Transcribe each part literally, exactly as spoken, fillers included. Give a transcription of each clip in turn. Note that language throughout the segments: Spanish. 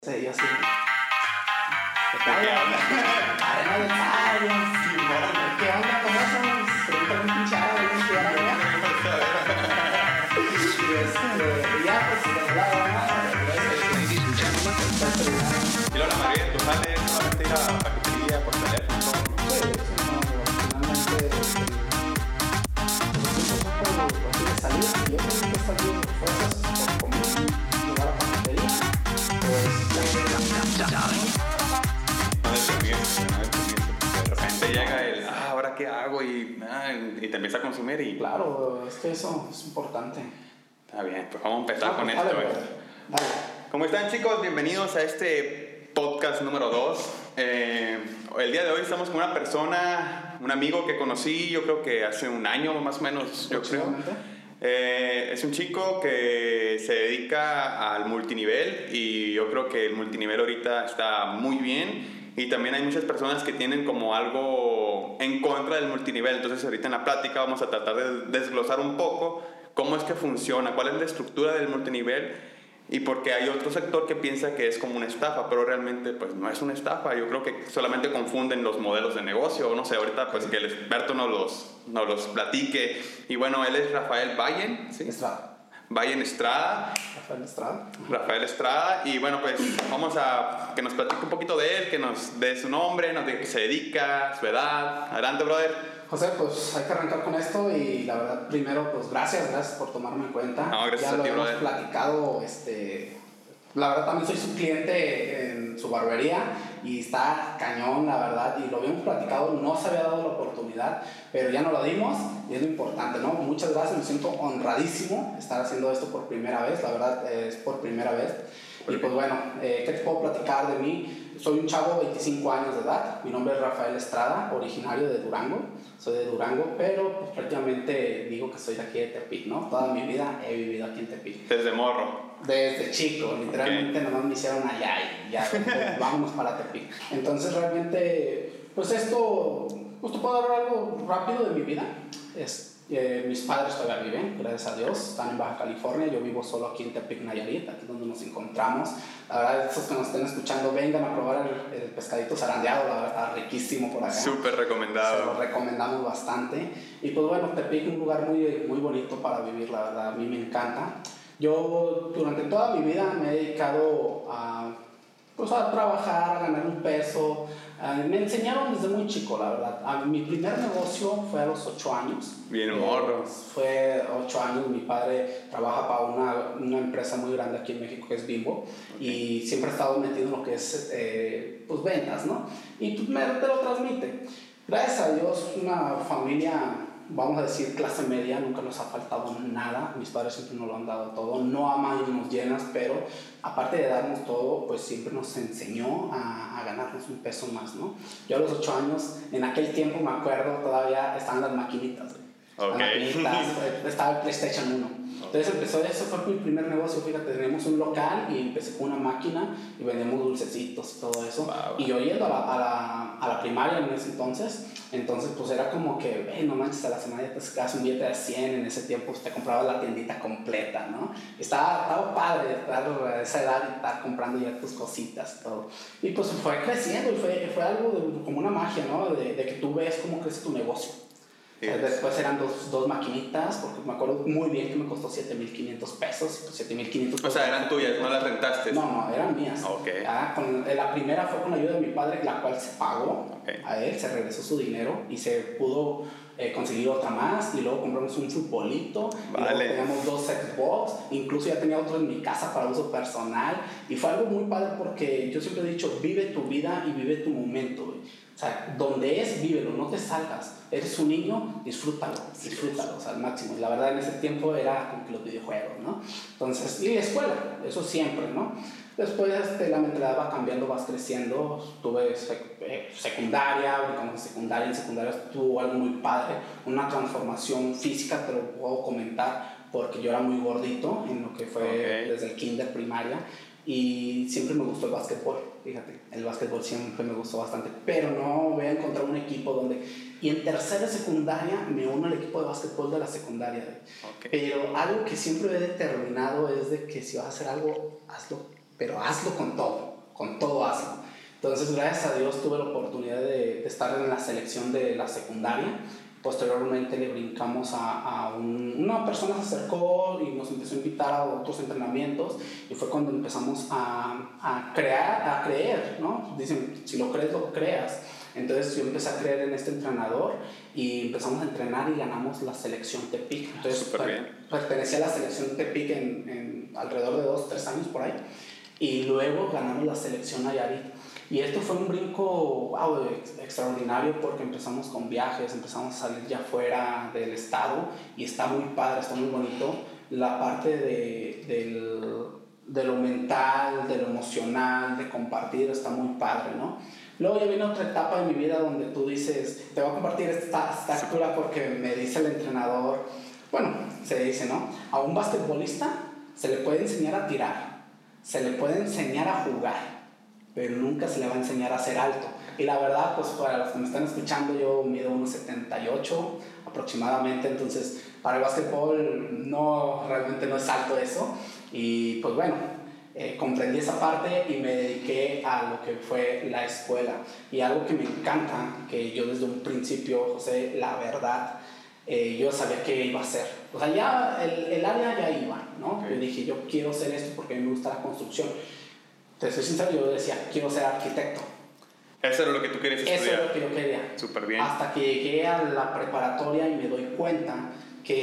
Sí, yo sí. ¿Qué onda? Arena de Payas. ¿Qué onda? ¿Cómo somos? Pregunta muy pinchada, ¿no? ¿Qué onda? Y este, ya, pues, de lado, ¿no? Y luego la mayoría de tus sales solamente ir a la paquetería por teléfono. Sí, sí, no, finalmente, los tiempos son por así de salir. Y yo tengo que salir de fuerzas por comer, llegar a la paquetería. De repente llega el, ah, ¿ahora qué hago? Y, ah, y te empieza a consumir y... Claro, es que eso es importante. Está bien, pues vamos a empezar No, con pues, esto. dale, ¿eh? dale. ¿Cómo están, chicos? Bienvenidos a este podcast número dos. Eh, el día de hoy estamos con una persona, un amigo que conocí, yo creo que hace un año más o menos, yo creo. Eh, es un chico que se dedica al multinivel y yo creo que el multinivel ahorita está muy bien. Y también hay muchas personas que tienen como algo en contra del multinivel. Entonces ahorita en la plática vamos a tratar de desglosar un poco cómo es que funciona, cuál es la estructura del multinivel y porque hay otro sector que piensa que es como una estafa, pero realmente pues no es una estafa. Yo creo que solamente confunden los modelos de negocio, no sé, ahorita pues que el experto nos los, nos los platique. Y bueno, él es Rafael Vallen, ¿sí? Estrada. Vallen Estrada. Rafael Estrada. Rafael Estrada. Y bueno, pues vamos a que nos platique un poquito de él, que nos dé su nombre, nos diga qué se dedica, su edad. Adelante, brother. José, pues hay que arrancar con esto y la verdad, primero, pues gracias, gracias por tomarme en cuenta. No, gracias ya a lo ti, hemos brother. platicado, este, la verdad también soy su cliente en su barbería y está cañón, la verdad, y lo habíamos platicado, no se había dado la oportunidad, pero ya nos lo dimos y es lo importante, ¿no? Muchas gracias, me siento honradísimo estar haciendo esto por primera vez, la verdad es por primera vez. Y pues bueno, eh, ¿qué te puedo platicar de mí? Soy un chavo de veinticinco años de edad, mi nombre es Rafael Estrada, originario de Durango, soy de Durango, pero pues prácticamente digo que soy de aquí de Tepic, ¿no? Toda mi vida he vivido aquí en Tepic. Desde morro. Desde chico, literalmente Okay. nomás me hicieron allá y ya, pues, vámonos para Tepic. Entonces realmente, pues esto, pues te puedo hablar algo rápido de mi vida. Es, eh, mis padres todavía viven, gracias a Dios, están en Baja California, yo vivo solo aquí en Tepic, Nayarit, aquí donde nos encontramos. La verdad, esos que nos estén escuchando, vengan a probar el, el pescadito zarandeado, la verdad está riquísimo por acá. Súper Se recomendado. lo recomendamos bastante. Y pues bueno, Tepic es un lugar muy, muy bonito para vivir, la verdad, a mí me encanta. Yo durante toda mi vida me he dedicado a, pues, a trabajar, a ganar un peso. Uh, me enseñaron desde muy chico, la verdad. A, mi primer negocio fue a los ocho años. Bien eh, morro. Fue ocho años. Mi padre trabaja para una, una empresa muy grande aquí en México que es Bimbo. Okay. Y siempre ha estado metido en lo que es eh, pues, ventas, ¿no? Y pues, me, te lo transmite. Gracias a Dios, una familia, vamos a decir, clase media, nunca nos ha faltado nada. Mis padres siempre nos lo han dado todo, no a manos llenas, pero aparte de darnos todo, pues siempre nos enseñó a, a ganarnos un peso más, ¿no? Yo a los ocho años, en aquel tiempo me acuerdo, todavía estaban las maquinitas, okay. Las maquinitas, estaba el PlayStation uno. Entonces empezó, eso fue mi primer negocio, fíjate, teníamos un local y empecé con una máquina y vendíamos dulcecitos y todo eso. Wow. Y yo yendo a la, a, la, a la primaria en ese entonces, entonces pues era como que, hey, no manches, a la semana ya te sacabas un billete de cien, en ese tiempo pues, te comprabas la tiendita completa, ¿no? Estaba, estaba padre estar a esa edad y estar comprando ya tus cositas y todo. Y pues fue creciendo y fue, fue algo de, como una magia, ¿no? De, de que tú ves cómo crece tu negocio. Yes. Después eran dos, dos maquinitas, porque me acuerdo muy bien que me costó siete mil quinientos pesos. siete mil quinientos pesos. O sea, eran tuyas, no las rentaste. No, no, eran mías. Okay. Ah, con, la primera fue con la ayuda de mi padre, la cual se pagó okay. a él, se regresó su dinero y se pudo eh, conseguir otra más. Y luego compramos un futbolito. Vale. Y luego teníamos dos Xbox. Incluso ya tenía otro en mi casa para uso personal. Y fue algo muy padre porque yo siempre he dicho: vive tu vida y vive tu momento, güey. O sea, donde es, vívelo, no te salgas. Eres un niño, disfrútalo, disfrútalo, o sea, al máximo. Y la verdad, en ese tiempo era como que los videojuegos, ¿no? Entonces, y la escuela, eso siempre, ¿no? Después este, la mentalidad va cambiando, vas creciendo. Tuve sec- eh, secundaria, brincamos en secundaria. En secundaria tuvo algo muy padre, una transformación física, te lo puedo comentar, porque yo era muy gordito en lo que fue okay. desde el kinder, primaria. Y siempre me gustó el básquetbol, fíjate, el básquetbol siempre me gustó bastante, pero no voy a encontrar un equipo donde... Y en tercera secundaria me uno al equipo de básquetbol de la secundaria. Okay. Pero algo que siempre he determinado es de que si vas a hacer algo, hazlo, pero hazlo con todo. con todo hazlo. Entonces, gracias a Dios tuve la oportunidad de, de estar en la selección de la secundaria. Posteriormente le brincamos a, a un, una persona se acercó y nos empezó a invitar a otros entrenamientos y fue cuando empezamos a, a crear, a creer, ¿no? Dicen, si lo crees, lo creas. Entonces yo empecé a creer en este entrenador y empezamos a entrenar y ganamos la selección Tepic. Entonces per, pertenecía a la selección Tepic en, en alrededor de dos, tres años por ahí, y luego ganamos la selección Nayarit. Y esto fue un brinco wow, extraordinario porque empezamos con viajes, empezamos a salir ya fuera del estado y está muy padre, está muy bonito. La parte de, del, de lo mental, de lo emocional, de compartir, está muy padre, ¿no? Luego ya viene otra etapa de mi vida donde tú dices, te voy a compartir esta, esta actura porque me dice el entrenador, bueno, se dice, ¿no? A un basquetbolista se le puede enseñar a tirar, se le puede enseñar a jugar, pero nunca se le va a enseñar a ser alto. Y la verdad, pues para los que me están escuchando, yo mido uno setenta y ocho aproximadamente, entonces para el básquetbol no, realmente no es alto eso. Y pues bueno, eh, comprendí esa parte y me dediqué a lo que fue la escuela. Y algo que me encanta, que yo desde un principio, José, la verdad, eh, yo sabía qué iba a hacer. O sea, ya el, el área ya iba, ¿no? Yo dije, yo quiero hacer esto porque a mí me gusta la construcción. Te soy sincero, yo decía, quiero ser arquitecto. Eso era lo que tú querías estudiar. Eso era lo que yo quería. Súper bien. Hasta que llegué a la preparatoria y me doy cuenta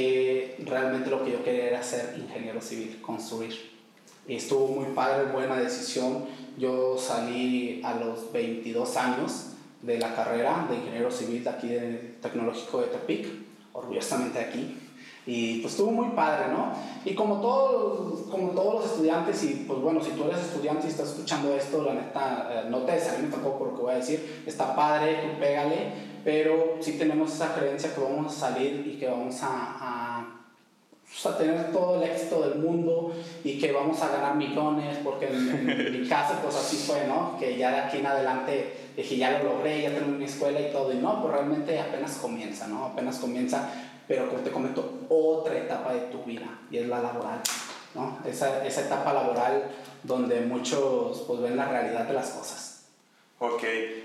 que realmente lo que yo quería era ser ingeniero civil, construir. Y estuvo muy padre, buena decisión. Yo salí a los veintidós años de la carrera de ingeniero civil de aquí del Tecnológico de Tepic, orgullosamente aquí. Y pues estuvo muy padre, ¿no? Y como todos, como todos los estudiantes, y pues bueno, si tú eres estudiante y estás escuchando esto, la neta, eh, no te desanimes tampoco por lo que voy a decir, está padre, tú pégale, pero sí tenemos esa creencia que vamos a salir y que vamos a, a, pues a tener todo el éxito del mundo y que vamos a ganar millones, porque en, en mi caso pues así fue, ¿no? Que ya de aquí en adelante dije, ya lo logré, ya tengo mi escuela y todo, y no, pues realmente apenas comienza, ¿no? Apenas comienza. Pero como te comento, otra etapa de tu vida, y es la laboral, ¿no? Esa, esa etapa laboral donde muchos pues, ven la realidad de las cosas. Ok,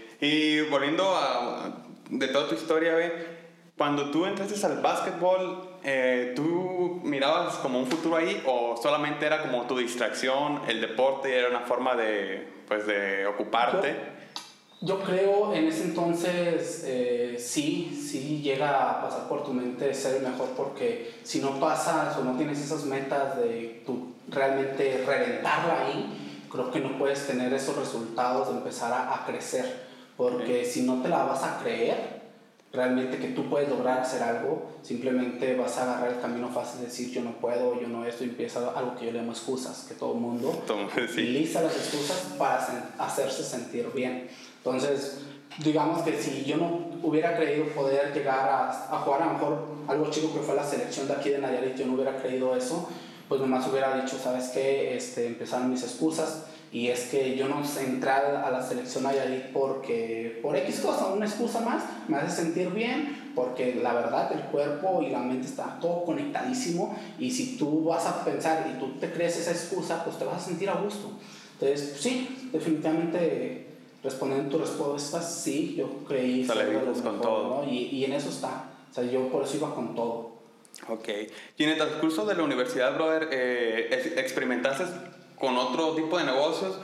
y volviendo a de toda tu historia, ¿ve? Cuando tú entraste al básquetbol, eh, ¿tú mirabas como un futuro ahí o solamente era como tu distracción, el deporte era una forma de, pues, de ocuparte? Yo, yo creo en ese entonces eh, sí, sí llega a pasar por tu mente ser el mejor, porque si no pasas o no tienes esas metas de tu realmente reventarla ahí, creo que no puedes tener esos resultados de empezar a, a crecer, porque si no te la vas a creer realmente que tú puedes lograr hacer algo, simplemente vas a agarrar el camino fácil de decir yo no puedo, yo no esto, y empieza algo que yo le llamo excusas, que todo el mundo sí. utiliza las excusas para sen- hacerse sentir bien. Entonces, digamos que si yo no hubiera creído poder llegar a, a jugar a lo mejor algo chico que fue la selección de aquí de Nayarit, yo no hubiera creído eso, pues nomás hubiera dicho, ¿sabes qué? Este, empezaron mis excusas, y es que yo no entré a la selección Nayarit porque, por X cosa, una excusa más, me hace sentir bien, porque la verdad el cuerpo y la mente está todo conectadísimo, y si tú vas a pensar y tú te crees esa excusa, pues te vas a sentir a gusto. Entonces, sí, definitivamente... Respondiendo tu respuesta, sí, yo creí ser de los con todo, ¿no? y, y en eso está, o sea, yo por eso iba con todo. Ok, y en el transcurso de la universidad, brother, eh, ¿experimentaste con otro tipo de negocios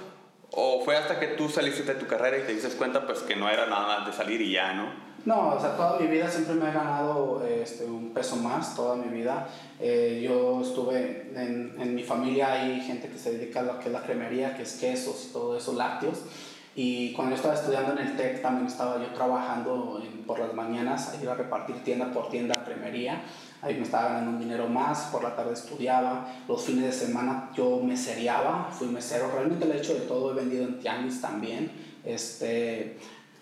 o fue hasta que tú saliste de tu carrera y te diste cuenta pues que no era nada más de salir y ya, ¿no? No, o sea, toda mi vida siempre me he ganado este, un peso más, toda mi vida. Eh, yo estuve, en, en mi familia hay gente que se dedica a lo que es la cremería, que es quesos y todo eso, lácteos. Y cuando yo estaba estudiando en el TEC también estaba yo trabajando en, por las mañanas, a ir a repartir tienda por tienda, cremería. Ahí me estaba ganando un dinero más, por la tarde estudiaba, los fines de semana yo mesereaba, fui mesero, realmente lo he hecho de todo, he vendido en tianguis también. Este,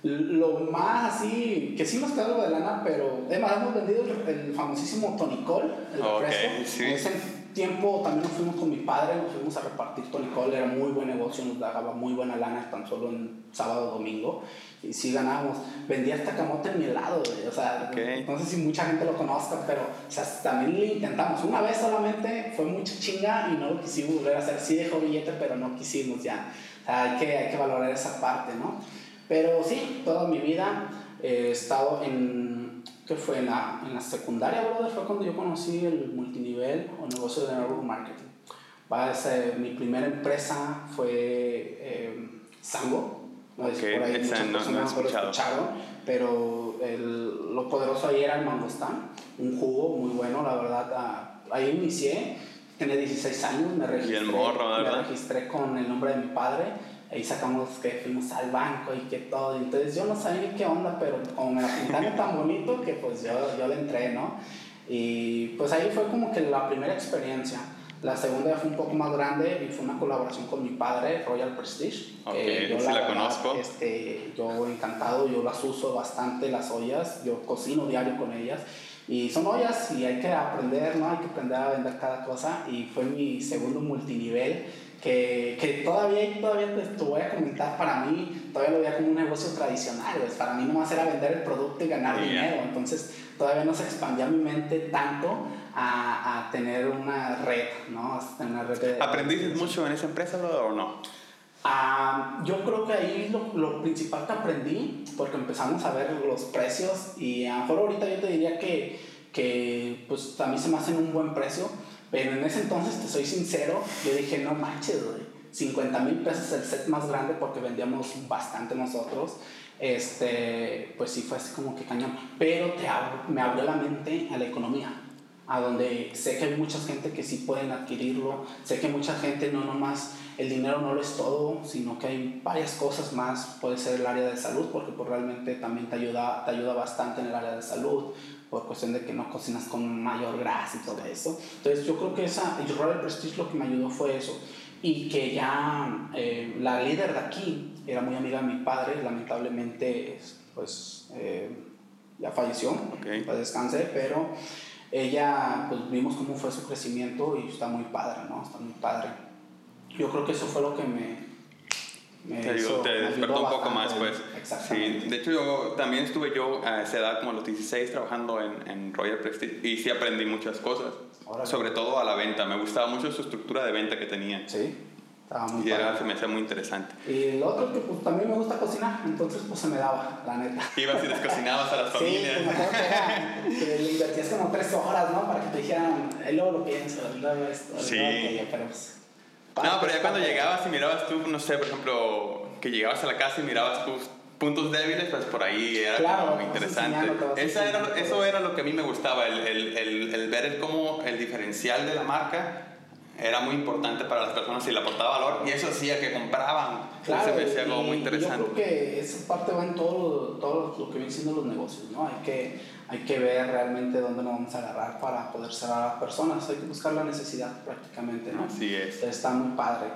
lo más así, que sí nos queda algo de lana, pero además hemos vendido el, el famosísimo tonicol, el refresco. Okay, sí. En ese tiempo también nos fuimos con mi padre, nos fuimos a repartir tonicol, era muy buen negocio, nos daba muy buena lana tan solo en sábado o domingo, y sí ganábamos. Vendía hasta camote en mi helado, o sea, okay. No sé si mucha gente lo conozca, pero o sea, también lo intentamos. Una vez solamente, fue mucha chinga y no lo quisimos volver a hacer. Sí dejó billete, pero no quisimos ya. O hay que, hay que valorar esa parte, ¿no? Pero sí, toda mi vida he estado en, ¿qué fue? En la, en la secundaria, brother, fue cuando yo conocí el multinivel o negocio de network marketing. Va, ese, mi primera empresa fue eh, Sango. No sé, okay, por ahí muchas no, personas no lo escucharon, pero el, lo poderoso ahí era el mangostán, un jugo muy bueno, la verdad. Ahí inicié, tenía dieciséis años, me registré, y el morro, ¿verdad? me registré con el nombre de mi padre, ahí sacamos que fuimos al banco y que todo, entonces yo no sabía ni qué onda, pero como me la pintaron tan bonito que pues yo, yo le entré, ¿no? Y pues ahí fue como que la primera experiencia. La segunda fue un poco más grande y fue una colaboración con mi padre, Royal Prestige. Ok, que yo sí la, la verdad, conozco. Este, yo encantado, yo las uso bastante, las ollas, yo cocino diario con ellas. Y son ollas y hay que aprender, ¿no? Hay que aprender a vender cada cosa. Y fue mi segundo multinivel, que, que todavía, todavía te, te voy a comentar, para mí todavía lo veía como un negocio tradicional, pues para mí nomás era vender el producto y ganar yeah. dinero. Entonces todavía no se expandía mi mente tanto a, a tener una red, ¿no? A tener una red de, ¿Aprendiste mucho en esa empresa o no? Uh, yo creo que ahí lo, lo principal que aprendí, porque empezamos a ver los precios y a lo mejor ahorita yo te diría que, que pues a mí se me hacen un buen precio, pero en ese entonces, te soy sincero, yo dije, no manches, güey, cincuenta mil pesos el set más grande, porque vendíamos bastante nosotros. Este, pues sí fue así como que cañón, pero te ab- me abrió la mente a la economía, a donde sé que hay mucha gente que sí pueden adquirirlo, sé que mucha gente no nomás, el dinero no lo es todo, sino que hay varias cosas más. Puede ser el área de salud, porque pues realmente también te ayuda, te ayuda bastante en el área de salud, por cuestión de que no cocinas con mayor grasa y todo eso. Entonces yo creo que esa, el Royal Prestige lo que me ayudó fue eso, y que ya eh, la líder de aquí era muy amiga de mi padre, lamentablemente pues eh, ya falleció, okay. para descanse, pero ella, pues vimos cómo fue su crecimiento y está muy padre, ¿no? Está muy padre. Yo creo que eso fue lo que me, me te, hizo, te despertó un poco más, pues. Exactamente. Sí, de hecho, yo también estuve yo a esa edad, como a los dieciséis, trabajando en, en Royal Prestige, y sí aprendí muchas cosas, Órale. sobre todo a la venta. Me gustaba mucho su estructura de venta que tenía. Sí. Estaba muy y padre. era, se me hacía muy interesante. Y lo otro que pues también me gusta cocinar, entonces pues se me daba, la neta. Ibas y les cocinabas a las familias. Sí, pues me acuerdo que, era, que le invertías como tres horas, ¿no? Para que te dijeran, él luego lo pienso, luego esto, sí. luego aquello, pero pues... No, pero ya cuando llegabas y mirabas tú, no sé, por ejemplo, que llegabas a la casa y mirabas tus puntos débiles, pues por ahí era claro, como interesante. Esa era, eso era lo que a mí me gustaba, el, el, el, el ver el, cómo el diferencial de la marca era muy importante para las personas y le aportaba valor, y eso hacía que compraban. Claro, se me hacía algo muy interesante. Yo creo que esa parte va en todo, todo lo que vienen siendo los negocios, ¿no? Hay que, hay que ver realmente dónde nos vamos a agarrar para poder cerrar a las personas. Hay que buscar la necesidad prácticamente, ¿no? Así es. Está muy padre.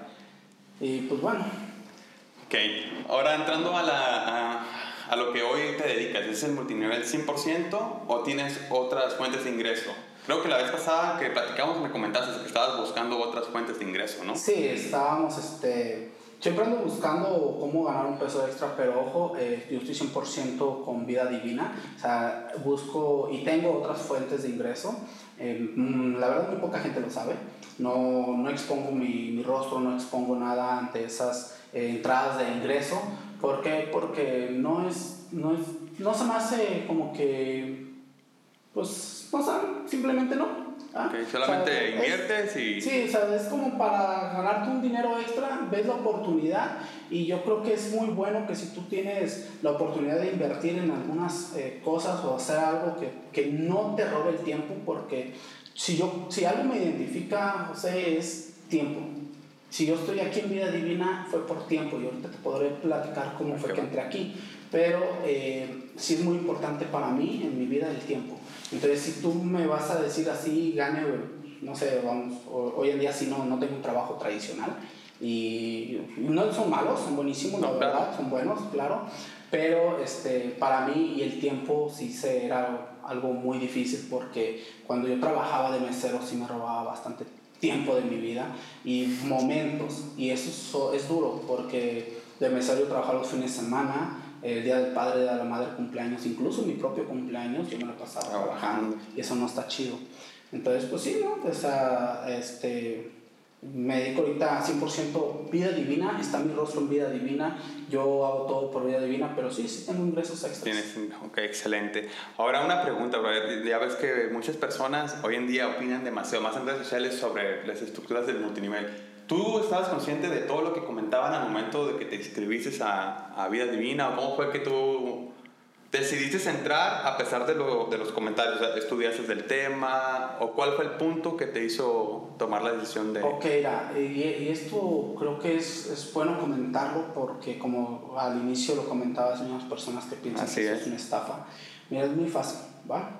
Y pues bueno. Ok, ahora entrando a, la, a, a lo que hoy te dedicas, ¿es el multinivel cien por ciento o tienes otras fuentes de ingreso? Creo que la vez pasada que platicamos me comentaste que estabas buscando otras fuentes de ingreso, ¿no? Sí, estábamos, este, siempre ando buscando cómo ganar un peso extra, pero ojo, eh, yo estoy cien por ciento con Vida Divina, o sea, busco y tengo otras fuentes de ingreso. Eh, la verdad muy poca gente lo sabe, no, no expongo mi, mi rostro, no expongo nada ante esas eh, entradas de ingreso. ¿Por qué? Porque no es, no es, no se me hace como que, pues, no saben, simplemente no. ¿Ah? Okay, solamente o sea, inviertes es, y... Sí, o sea, es como para ganarte un dinero extra, ves la oportunidad, y yo creo que es muy bueno que si tú tienes la oportunidad de invertir en algunas eh, cosas o hacer algo que, que no te robe el tiempo, porque si, yo, si algo me identifica, José, es tiempo. Si yo estoy aquí en Vida Divina fue por tiempo, y ahorita te podré platicar cómo fue que entré aquí, pero eh, sí es muy importante para mí en mi vida el tiempo. Entonces, si tú me vas a decir así, gane, no sé, vamos, hoy en día sí no, no tengo un trabajo tradicional, y no son malos, son buenísimos, no, la verdad, claro. Son buenos, claro, pero este, para mí y el tiempo sí se era algo muy difícil, porque cuando yo trabajaba de mesero sí me robaba bastante tiempo de mi vida y momentos, y eso es duro, porque de mesero yo trabajaba los fines de semana, el día del padre, de la madre, cumpleaños, incluso mi propio cumpleaños, yo me lo pasaba trabajando, y eso no está chido. Entonces, pues sí, ¿no? O sea, este, Me dedico ahorita a cien por ciento Vida Divina, está mi rostro en Vida Divina, yo hago todo por Vida Divina, pero sí, sí tengo ingresos extras. Tienes, ok, excelente. Ahora una pregunta, brother. Ya ves que muchas personas hoy en día opinan demasiado más en redes sociales sobre las estructuras del multinivel. ¿Tú estabas consciente de todo lo que comentaban al momento de que te inscribiste a, a Vida Divina? ¿O cómo fue que tú decidiste entrar a pesar de, lo, de los comentarios? O sea, ¿estudiaste del tema? ¿O cuál fue el punto que te hizo tomar la decisión de...? Ok, mira, y, y esto creo que es, es bueno comentarlo porque como al inicio lo comentabas, hay unas personas que piensan Así que es. es una estafa. Mira, es muy fácil, ¿va?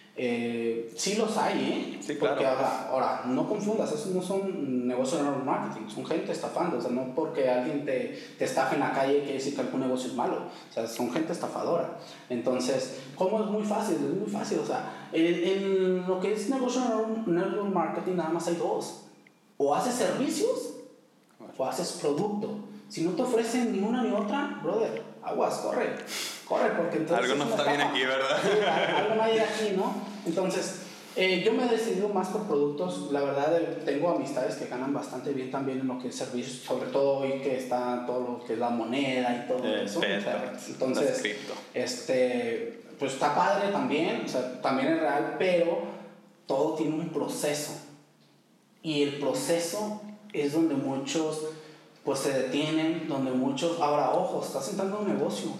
Eh, sí los hay, ¿eh? Sí, porque claro. ahora, ahora, no confundas, esos no son negocios de network marketing, son gente estafando, o sea, no porque alguien te, te estafe en la calle quiere decir que algún negocio es malo, o sea, son gente estafadora. Entonces, ¿cómo es muy fácil? Es muy fácil, o sea, en, en lo que es negocio de network marketing nada más hay dos, o haces servicios o haces producto. Si no te ofrecen ni una ni otra, brother, aguas, corre, corre, porque entonces... Algo no está bien aquí, ¿verdad? Sí, algo no hay aquí, ¿no? Entonces, eh, yo me he decidido más por productos. La verdad, eh, tengo amistades que ganan bastante bien también en lo que es servicios, sobre todo hoy que está todo lo que es la moneda y todo eh, eso. Peso, entonces, este, pues está padre también, o sea, también es real, pero todo tiene un proceso. Y el proceso es donde muchos pues se detienen, donde muchos... Ahora, ojo, estás entrando a un negocio.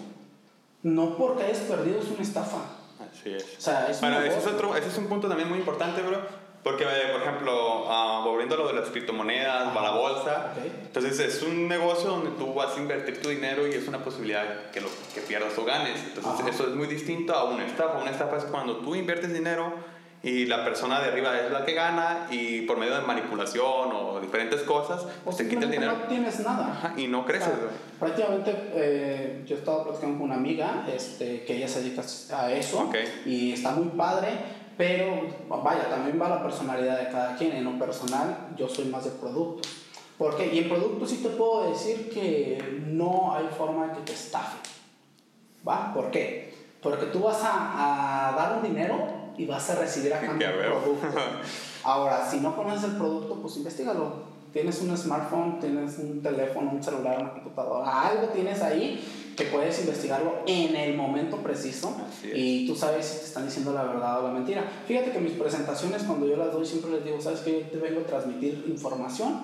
No porque hayas perdido es una estafa. Así es. O sea, es bueno, un ese es, otro, ese es un punto también muy importante, bro. Porque, por ejemplo, uh, volviendo a lo de las criptomonedas, a la bolsa, okay. Entonces es un negocio donde tú vas a invertir tu dinero y es una posibilidad que, lo, que pierdas o ganes. Entonces Ajá. eso es muy distinto a una estafa. Una estafa es cuando tú inviertes dinero y la persona de arriba es la que gana y por medio de manipulación o diferentes cosas pues te quita el dinero. No tienes nada. Ajá, y no creces. O sea, prácticamente eh, yo estaba platicando con una amiga este, que ella se dedica a eso okay. y está muy padre, pero vaya, también va la personalidad de cada quien. En lo personal yo soy más de productos. Porque, y en productos sí te puedo decir que no hay forma de que te estafe. ¿Va? ¿Por qué? Porque tú vas a, a dar un dinero y vas a recibir a cambio un producto. Ahora, si no conoces el producto, pues investígalo. Tienes un smartphone, tienes un teléfono, un celular, una computadora, algo tienes ahí que puedes investigarlo en el momento preciso y tú sabes si te están diciendo la verdad o la mentira. Fíjate que mis presentaciones, cuando yo las doy, siempre les digo, ¿sabes qué? Yo te vengo a transmitir información,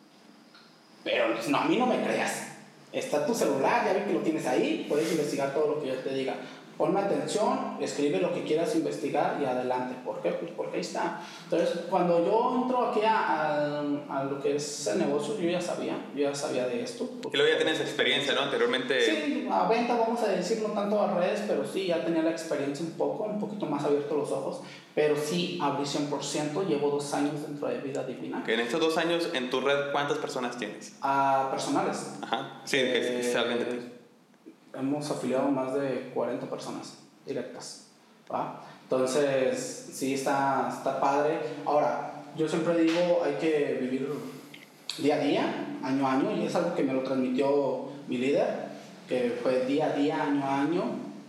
pero no, a mí no me creas. Está tu celular, ya vi que lo tienes ahí, puedes investigar todo lo que yo te diga. Ponme atención, escribe lo que quieras investigar y adelante. ¿Por qué? Pues porque ahí está. Entonces, cuando yo entro aquí a, a, a lo que es el negocio, yo ya sabía, yo ya sabía de esto. Y luego ya tienes experiencia, ¿no? Anteriormente... Sí, a venta vamos a decir, no tanto a redes, pero sí, ya tenía la experiencia un poco, un poquito más abierto los ojos, pero sí abrí cien por ciento, llevo dos años dentro de Vida Divina. Que en estos dos años, en tu red, ¿cuántas personas tienes? Ah, personales. Ajá, sí, eh, que, que salgan de ti. Hemos afiliado más de cuarenta personas directas, ¿va? Entonces, sí, está, está padre. Ahora, yo siempre digo, hay que vivir día a día, año a año, y es algo que me lo transmitió mi líder, que fue día a día, año a año,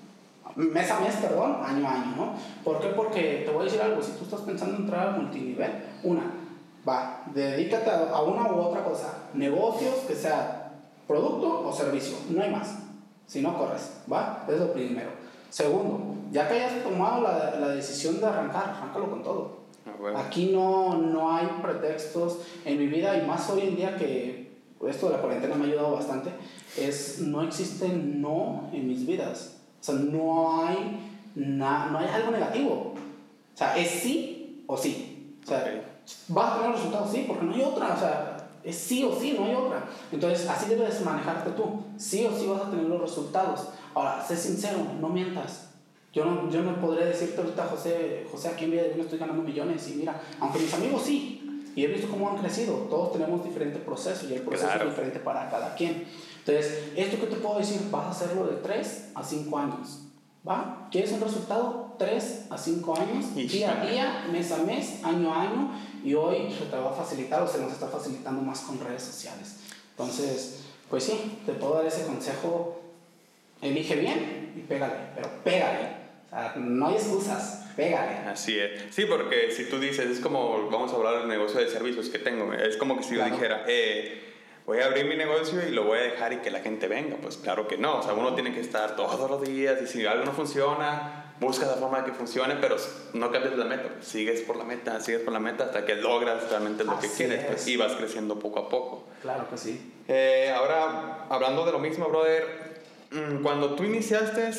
mes a mes, perdón, año a año, ¿no? ¿Por qué? Porque te voy a decir algo, si tú estás pensando en entrar al multinivel, una, va, dedícate a una u otra cosa, negocios, que sea producto o servicio, no hay más. Si no corres, ¿va? Es lo primero. Segundo, ya que hayas tomado la, la decisión de arrancar, arráncalo con todo. Ah, bueno. Aquí no, no hay pretextos. En mi vida, y más hoy en día que esto de la cuarentena me ha ayudado bastante, es no existe no en mis vidas. O sea, no hay, na, no hay algo negativo. O sea, es sí o sí. O sea, okay. ¿Vas a tener resultados? Sí, porque no hay otra. O sea, es sí o sí, no hay otra. Entonces, así debes manejarte tú. Sí o sí vas a tener los resultados. Ahora, sé sincero, no mientas. Yo no, yo no podré decirte ahorita, José, José, aquí en Vida Divina estoy ganando millones. Y mira, aunque mis amigos sí, y he visto cómo han crecido, todos tenemos diferente proceso y el proceso claro. es diferente para cada quien. Entonces, esto que te puedo decir, vas a hacerlo de tres a cinco años. ¿Va? ¿Quieres un resultado? tres a cinco años, día a día, mes a mes, año a año, y hoy se te va a facilitar o se nos está facilitando más con redes sociales. Entonces, pues sí, te puedo dar ese consejo, elige bien y pégale, pero pégale, o sea, no hay excusas. pégale. Así es. Sí, porque si tú dices, es como, vamos a hablar del negocio de servicios que tengo, es como que si claro. yo dijera, eh, voy a abrir mi negocio y lo voy a dejar y que la gente venga. Pues claro que no, o sea, uno tiene que estar todos los días y si algo no funciona, busca la forma de que funcione, pero no cambies la meta, pues, sigues por la meta, sigues por la meta hasta que logras realmente lo Así que quieres pues, y vas creciendo poco a poco. Claro que sí. Eh, ahora, hablando de lo mismo, brother, cuando tú iniciaste,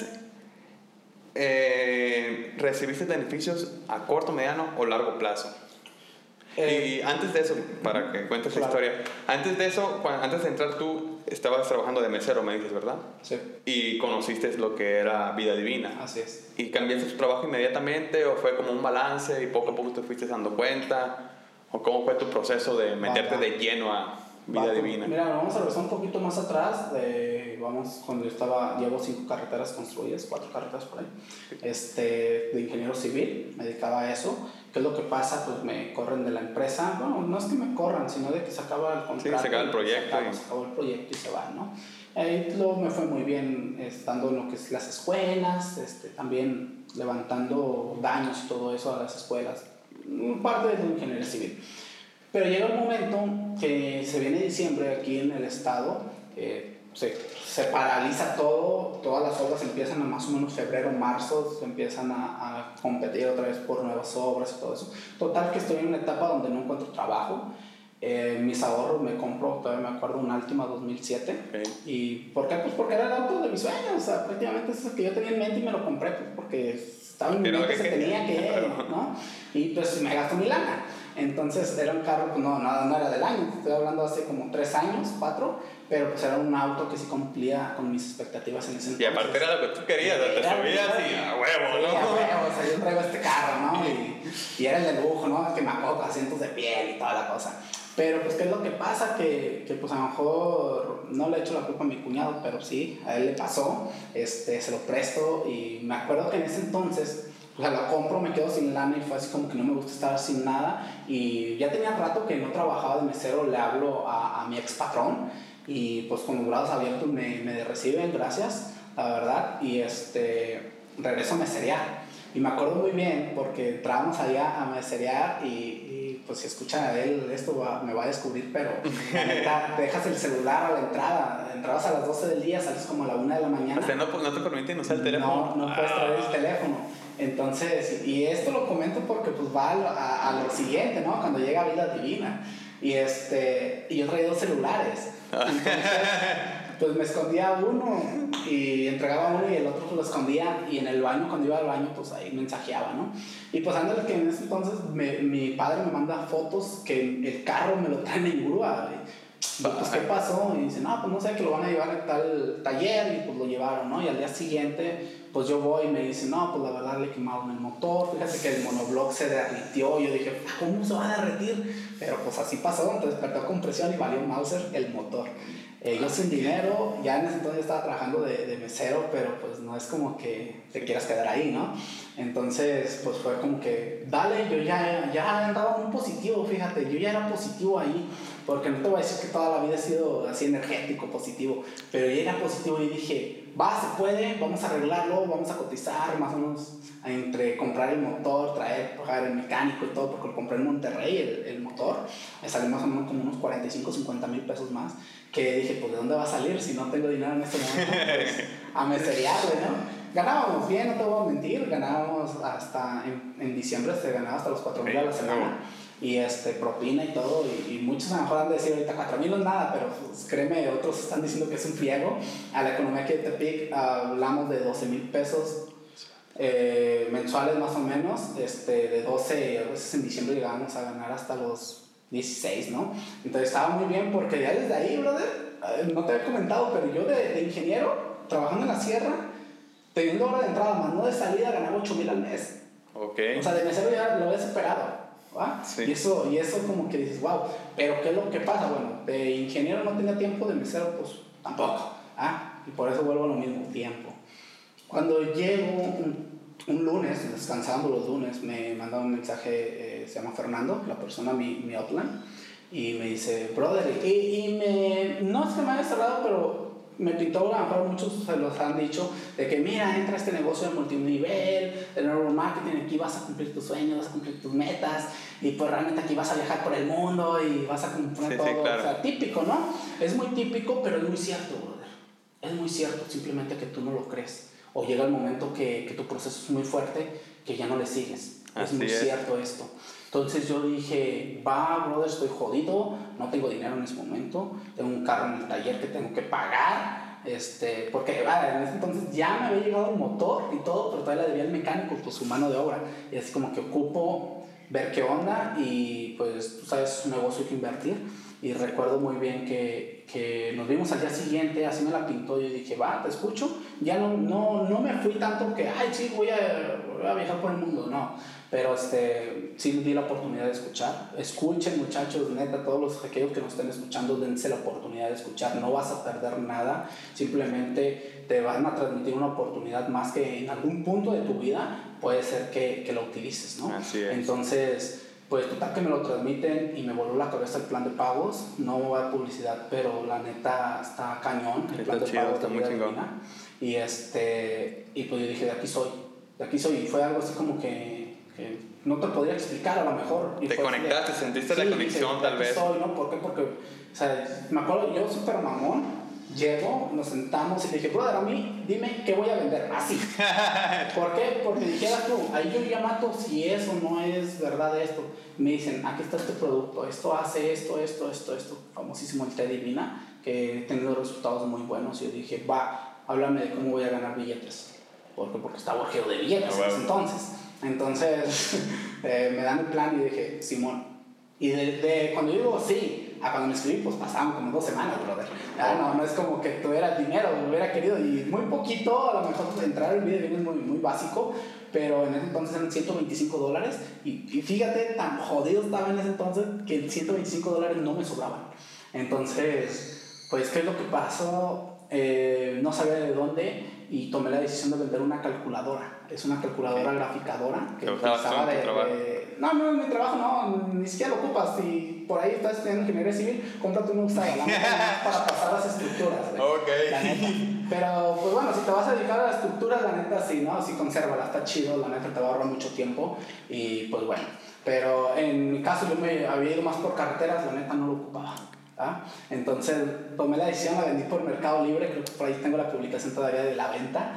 eh, ¿recibiste beneficios a corto, mediano o largo plazo? Eh, y antes de eso, para que cuentes claro. la historia, antes de eso, cuando, antes de entrar tú estabas trabajando de mesero, me dices, ¿verdad? Sí. Y conociste lo que era Vida Divina. Así es. ¿Y cambiaste tu trabajo inmediatamente o fue como un balance y poco a poco te fuiste dando cuenta? ¿O cómo fue tu proceso de meterte Vaya. de lleno a Vida Vaya. Divina? Mira, vamos a regresar un poquito más atrás, de, vamos, cuando yo estaba, llevo cinco carreteras construidas, cuatro carreteras por ahí, este, de ingeniero civil, me dedicaba a eso. ¿Qué es lo que pasa? Pues me corren de la empresa. Bueno, no es que me corran, sino de que se acaba el contrato. Sí, se acaba el proyecto. Se acaba, y... se acabó el proyecto y se va, ¿no? Ahí luego me fue muy bien estando en lo que es las escuelas, este, también levantando daños y todo eso a las escuelas. Parte de la ingeniería civil. Pero llega un momento que se viene diciembre aquí en el estado, eh, se, se paraliza todo, todas las obras empiezan a más o menos febrero, marzo, se empiezan a, a competir otra vez por nuevas obras y todo eso. Total que estoy en una etapa donde no encuentro trabajo, eh, mis ahorros me compro, todavía me acuerdo, un Altima dos mil siete. Okay. ¿Y por qué? Pues porque era el auto de mis sueños, o sea, prácticamente eso es que yo tenía en mente y me lo compré pues, porque estaba en mi mente que se tenía que, ¿no? Y pues me gastó mi lana. Entonces era un carro, pues no, no, no era del año, estoy hablando hace como tres años, cuatro, pero pues era un auto que sí cumplía con mis expectativas en ese entonces. Y aparte era lo que tú querías, te subías y a huevo, ¿no? Sí, a huevo, o sea, yo traigo este carro, ¿no? Y, y era el de lujo, ¿no? Que me acuerdo, asientos de piel y toda la cosa. Pero pues, ¿qué es lo que pasa? Que, que pues a lo mejor no le echo la culpa a mi cuñado, pero sí, a él le pasó, este, se lo presto y me acuerdo que en ese entonces... O sea, la compro, me quedo sin lana y fue así como que no me gusta estar sin nada. Y ya tenía rato que no trabajaba de mesero, le hablo a, a mi ex patrón y pues con los brazos abiertos me, me reciben, gracias, la verdad. Y este, regreso a meserear. Y me acuerdo muy bien porque entrábamos allá a meserear y, y pues si escuchan a él esto va, me va a descubrir, pero neta, te dejas el celular a la entrada, entrabas a las doce del día, sales como a la una de la mañana. O sea, no, no te permiten usar el teléfono. No, no puedes traer el teléfono. Entonces, y esto lo comento porque pues va a lo, a, a lo siguiente, ¿no? Cuando llega Vida Divina. Y, este, y yo traía dos celulares. Entonces, pues me escondía uno y entregaba uno y el otro pues lo escondía. Y en el baño, cuando iba al baño, pues ahí mensajeaba, ¿no? Y pues ándale que en ese entonces me, mi padre me manda fotos que el carro me lo traen en grúa, güey. Y pues, ¿qué pasó? Y dice, no, pues no sé, que lo van a llevar a tal taller. Y pues lo llevaron, ¿no? Y al día siguiente, pues yo voy y me dice, no, pues la verdad le quemaron el motor. Fíjate que el monobloc se derritió. Y yo dije, ¿cómo se va a derretir? Pero pues así pasó. Entonces despertó con presión y valió Mauser el motor. Eh, yo sin dinero, ya en ese entonces estaba trabajando de, de mesero, pero pues no es como que te quieras quedar ahí, ¿no? Entonces, pues fue como que, dale, yo ya, ya andaba muy positivo, fíjate, yo ya era positivo ahí, porque no te voy a decir que toda la vida he sido así energético, positivo, pero ya era positivo y dije, va, se puede, vamos a arreglarlo, vamos a cotizar, más o menos, entre comprar el motor, traer, pagar el mecánico y todo, porque lo compré en Monterrey, el, el motor, me salió más o menos como unos cuarenta y cinco, cincuenta mil pesos más, que dije, pues, ¿de dónde va a salir si no tengo dinero en este momento? Pues, a meserearle, ¿no? Ganábamos bien, no te voy a mentir, ganábamos hasta, en, en diciembre se ganaba hasta los cuatro mil a la semana, y este, propina y todo, y, y muchos a lo mejor han de decir ahorita cuatro mil no es nada, pero pues, créeme, otros están diciendo que es un friego. A la economía que te Tepic uh, hablamos de doce mil pesos eh, mensuales más o menos, este, de doce, a veces en diciembre llegábamos a ganar hasta los dieciséis, ¿no? Entonces estaba muy bien porque ya desde ahí, brother, no te había comentado, pero yo de, de ingeniero, trabajando en la sierra, teniendo hora de entrada más no de salida, ganaba ocho mil al mes. Okay. O sea, de mesero ya lo había superado, ¿va? Sí. Y, eso, y eso como que dices, wow, pero ¿qué es lo que pasa? Bueno, de ingeniero no tenía tiempo, de mesero pues tampoco, ¿ah? Y por eso vuelvo a lo mismo, tiempo. Cuando llego un, un lunes, descansando los lunes, me manda un mensaje, eh, se llama Fernando, la persona, mi, mi outline, y me dice, brother, y, y me, no es que me haya cerrado, pero me pintó, a lo mejor muchos se los han dicho, de que mira, entra a este negocio de multinivel, de network marketing, aquí vas a cumplir tus sueños, vas a cumplir tus metas, y pues realmente aquí vas a viajar por el mundo y vas a cumplir sí, todo, sí, claro. O sea, típico, ¿no? Es muy típico, pero es muy cierto, brother. Es muy cierto, simplemente que tú no lo crees. O llega el momento que, que tu proceso es muy fuerte, que ya no le sigues. Así es muy es. cierto esto. Entonces yo dije, va, brother, estoy jodido, no tengo dinero en ese momento, tengo un carro en el taller que tengo que pagar, este, porque vale, en ese entonces ya me había llegado el motor y todo, pero todavía le debía al mecánico pues su mano de obra, y así como que ocupo ver qué onda, y pues tú sabes, es un negocio que invertir, y recuerdo muy bien que, que nos vimos al día siguiente, así me la pintó, y yo dije, va, te escucho, ya no, no, no me fui tanto que, ay, sí, voy a, voy a viajar por el mundo, no. Pero este, sí di la oportunidad de escuchar. Escuchen, muchachos, neta, todos los aquellos que nos estén escuchando, dense la oportunidad de escuchar. No vas a perder nada, simplemente te van a transmitir una oportunidad más que en algún punto de tu vida puede ser que, que la utilices, ¿no? Así es. Entonces, pues total que me lo transmiten y me voló la cabeza el plan de pagos. No va a haber publicidad, pero la neta está cañón. El está plan de chido, pagos está de muy Vida chingón. Divina. Y, este, y pues yo dije, de aquí soy. De aquí soy. Y fue algo así como que que no te podría explicar a lo mejor. Y te conectaste, de, sentiste sí, la conexión dije, tal vez. Soy, ¿no? ¿Por qué? Porque, o sea, me acuerdo, yo súper mamón, llego, nos sentamos y le dije, brother, a mí, dime qué voy a vender, así. ¿Por qué? Porque dijeras tú, ahí yo ya mato si eso no es verdad esto. Me dicen, aquí está este producto, esto hace esto, esto, esto, esto, famosísimo el Té Divina, que he tenido resultados muy buenos. Y yo dije, va, háblame de cómo voy a ganar billetes. ¿Por qué? Porque estaba urgido de billetes en ese entonces. Entonces eh, me dan el plan y dije, Simón. Y de, de cuando yo digo sí, a cuando me escribí, pues pasaban como dos semanas, brother. Ah, no, no es como que tuviera dinero, lo hubiera querido. Y muy poquito, a lo mejor pues, entrar al video es muy, muy básico, pero en ese entonces eran ciento veinticinco dólares. Y, y fíjate, tan jodido estaba en ese entonces que ciento veinticinco dólares no me sobraban. Entonces, pues, ¿qué es lo que pasó? Eh, no sabía de dónde y tomé la decisión de vender una calculadora. Es una calculadora okay. graficadora que utilizaba de, de... No, no, mi trabajo no, ni siquiera lo ocupas. Si por ahí estás estudiando ingeniería civil, cómprate una usada, la neta, para pasar las estructuras. Okay. La neta. Pero, pues bueno, si te vas a dedicar a la estructura, la neta sí, ¿no? Sí, consérvala, está chido, la neta te va a ahorrar mucho tiempo. Y pues bueno, pero en mi caso yo me había ido más por carreteras, la neta no lo ocupaba. ¿Ah? Entonces tomé la decisión, la vendí por Mercado Libre, creo que por ahí tengo la publicación todavía de la venta,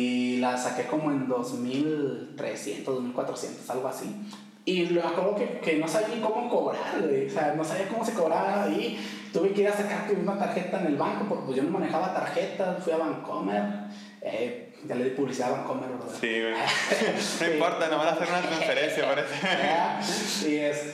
y la saqué como en dos mil trescientos, dos mil cuatrocientos, algo así. Y me acuerdo que, que no sabía ni cómo cobrar, o sea, no sabía cómo se cobraba ahí. Tuve que ir a sacar una tarjeta en el banco porque pues, yo no manejaba tarjetas, fui a Bancomer. Eh, ya le di publicidad a Bancomer, ¿verdad? Sí, güey. No sí. importa, no van a hacer una transferencia, parece. Y,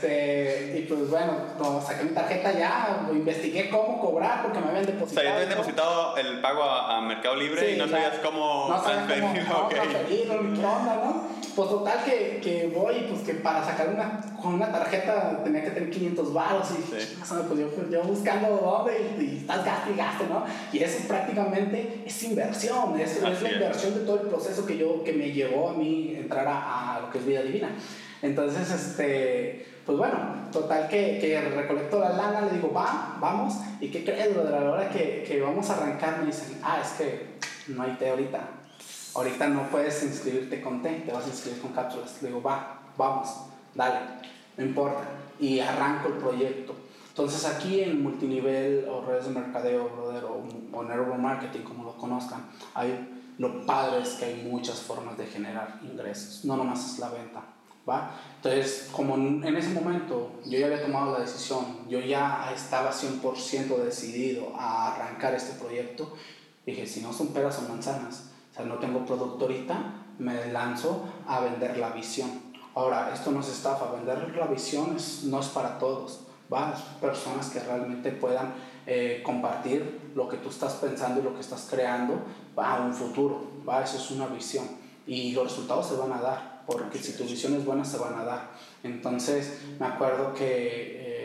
este, y pues bueno, no, saqué mi tarjeta ya, investigué cómo cobrar porque me habían depositado. O sea, ya te habían depositado el pago a, a Mercado Libre sí, y no ya, sabías cómo no transferirlo. Cómo, no, okay. transferirlo, ni qué onda, ¿no? Pues total que, que voy, pues que para sacar una, con una tarjeta tenía que tener quinientos baros y sí. pues yo, pues yo buscando dónde y, y estás gaste y gaste, ¿no? Y eso prácticamente es inversión, es, es la inversión de todo el proceso que, yo, que me llevó a mí entrar a, a lo que es Vida Divina. Entonces, este, pues bueno, total que, que recolecto la lana, le digo, va, vamos, ¿y qué crees? De la hora que, que vamos a arrancar me dicen, ah, es que no hay té ahorita. Ahorita no puedes inscribirte con té, te vas a inscribir con cápsulas. Le digo, va, vamos, dale, no importa. Y arranco el proyecto. Entonces aquí en multinivel o redes de mercadeo, brother, o, o network marketing, como lo conozcan, hay, lo padre es que hay muchas formas de generar ingresos, no nomás es la venta, ¿va? Entonces, como en ese momento yo ya había tomado la decisión, yo ya estaba cien por ciento decidido a arrancar este proyecto, dije, si no son peras o manzanas, o sea, no tengo producto ahorita, me lanzo a vender la visión. Ahora, esto no es estafa, vender la visión es, no es para todos, ¿va? Es personas que realmente puedan eh, compartir lo que tú estás pensando y lo que estás creando, va a un futuro, ¿va? Eso es una visión y los resultados se van a dar, porque si tu visión es buena se van a dar. Entonces, me acuerdo que... Eh,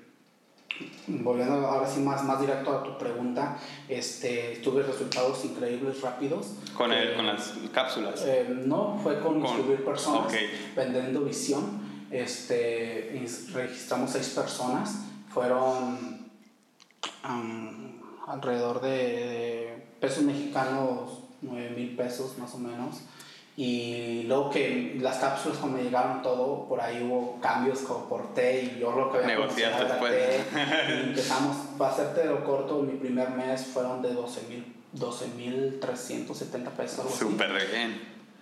volviendo ahora sí más, más directo a tu pregunta, este, tuve resultados increíbles rápidos. ¿Con, el, eh, con las cápsulas? Eh, no, fue con, con inscribir personas, okay. vendiendo visión. Este, registramos seis personas, fueron, um, alrededor de, de pesos mexicanos, nueve mil pesos más o menos. Y luego que las cápsulas cuando llegaron todo, por ahí hubo cambios como por té y yo lo que había negociado después. Té, y empezamos, para hacerte lo corto, mi primer mes fueron de doce mil trescientos setenta pesos. Algo Súper así. bien.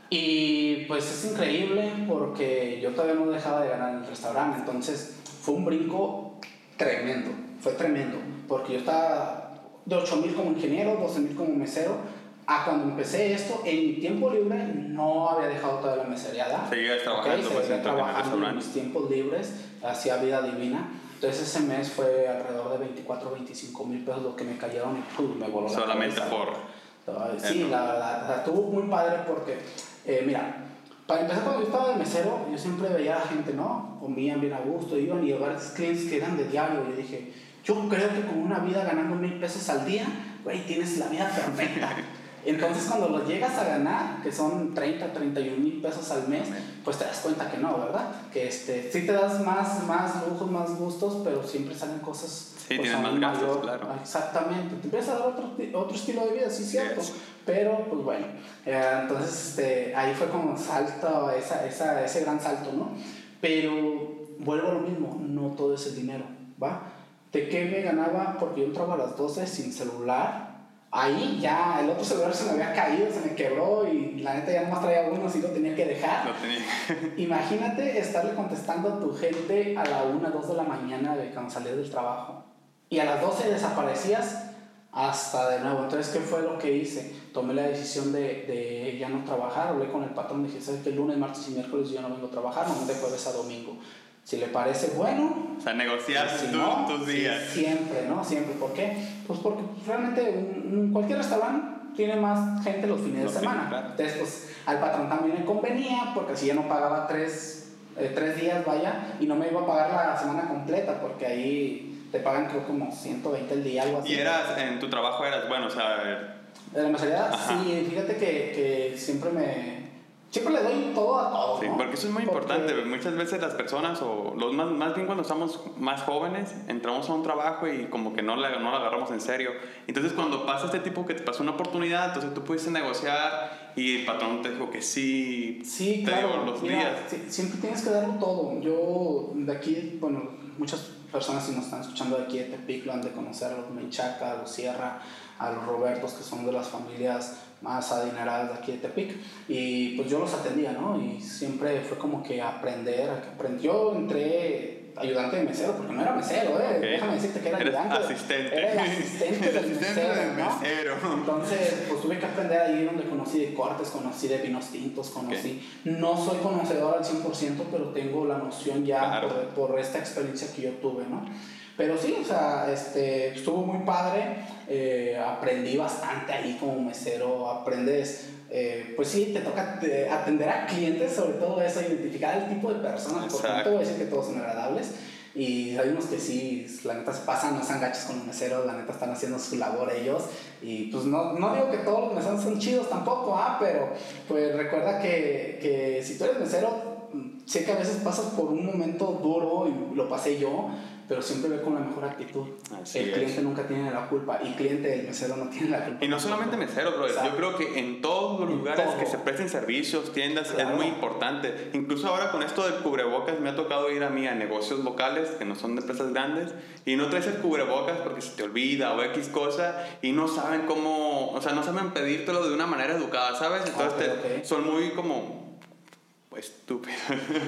Y pues es increíble porque yo todavía no dejaba de ganar en el restaurante, entonces fue un brinco tremendo, fue tremendo, porque yo estaba de ocho mil como ingeniero, doce mil como mesero. A cuando empecé esto, en mi tiempo libre no había dejado toda la mesereada. Seguías trabajando, okay, pues, seguía trabajando en mis tiempos libres, hacía vida divina. Entonces ese mes fue alrededor de veinticuatro, veinticinco mil pesos lo que me cayeron y pum, me voló la solamente cabeza. por... Sí, la verdad, o sea, estuvo muy padre porque, eh, mira, para empezar cuando yo estaba de mesero, yo siempre veía a la gente, ¿no? Comían bien a gusto, iban y varios clientes que eran de diario. Y yo dije, yo creo que con una vida ganando mil pesos al día, güey, tienes la vida perfecta. Entonces cuando lo llegas a ganar, que son treinta, treinta y un mil pesos al mes, pues te das cuenta que no, ¿verdad? Que este, sí te das más, más lujos, más gustos, pero siempre salen cosas... Sí, pues, tienes más gastos, mayor, claro. Exactamente, te empiezas a dar otro, otro estilo de vida, sí, cierto. Yes. Pero, pues bueno, eh, entonces este, ahí fue como salto, esa, esa, ese gran salto, ¿no? Pero vuelvo a lo mismo, no todo es el dinero, ¿va? ¿De qué me ganaba? Porque yo entraba a las doce sin celular. Ahí ya el otro celular se me había caído, se me quebró y la neta ya nomás traía uno, así lo tenía que dejar. Lo tenía. Imagínate estarle contestando a tu gente a la una, dos de la mañana de cuando salías del trabajo. Y a las doce desaparecías hasta de nuevo. Entonces, ¿qué fue lo que hice? Tomé la decisión de, de ya no trabajar. Hablé con el patrón, dije, ¿sabes qué? El lunes, martes y miércoles yo no vengo a trabajar, no de jueves a domingo. Si le parece bueno... O sea, negociar si tú, no, tus días. Sí, siempre, ¿no? Siempre. ¿Por qué? Pues porque realmente un, un, cualquier restaurante tiene más gente los fines los de semana. Fines, claro. Entonces, pues al patrón también le convenía, porque así ya no pagaba tres, eh, tres días, vaya, y no me iba a pagar la semana completa, porque ahí te pagan creo como ciento veinte el día, algo así. ¿Y eras, en tu trabajo eras, bueno, o sea... ¿De la mesería? Sí, fíjate que, que siempre me... Siempre le doy todo a todo, sí, ¿no? porque eso es muy porque... importante. Muchas veces las personas, o los más, más bien cuando estamos más jóvenes, entramos a un trabajo y como que no la, no la agarramos en serio. Entonces cuando pasa este tipo que te pasó una oportunidad, entonces tú pudiste negociar y el patrón te dijo que sí, sí te claro, dio los mira, días. Sí, siempre tienes que darlo todo. Yo de aquí, bueno, muchas personas si nos están escuchando de aquí de Tepic lo han de conocer, a los Menchaca, a los Sierra, a los Robertos, que son de las familias más adineradas de aquí de Tepic, y pues yo los atendía, ¿no? Y siempre fue como que aprender, aprender. Yo entré ayudante de mesero, porque no era mesero, ¿eh? Okay. Déjame decirte que era Eres ayudante. asistente. Era el asistente del asistente mesero, del ¿no? mesero. Entonces, pues tuve que aprender ahí donde conocí de cortes, conocí de vinos tintos, conocí. Okay. No soy conocedor al cien por ciento, pero tengo la noción ya claro. por, por esta experiencia que yo tuve, ¿no? Pero sí, o sea, este, estuvo muy padre, eh, aprendí bastante ahí como mesero, aprendes, eh, pues sí, te toca te, atender a clientes, sobre todo eso, identificar el tipo de personas, porque no te voy a decir que todos son agradables, y hay unos que sí, la neta se pasan, no están gachos con los meseros, la neta están haciendo su labor ellos, y pues no, no digo que todos los meseros son chidos tampoco, ah, pero pues recuerda que, que si tú eres mesero, sé que a veces pasas por un momento duro, y lo pasé yo, pero siempre ve con la mejor actitud. Así el es. Cliente nunca tiene la culpa, y el cliente, el mesero no tiene la culpa. Y no solamente meseros, bro. Yo creo que en todos los lugares todo. que se presten servicios, tiendas, claro. es muy importante. Incluso ahora con esto del cubrebocas me ha tocado ir a mí a negocios locales que no son de empresas grandes y no traes el cubrebocas porque se te olvida o X cosa y no saben cómo, o sea, no saben pedírtelo de una manera educada, ¿sabes? Entonces okay, te, okay. son muy como pues, estúpidos.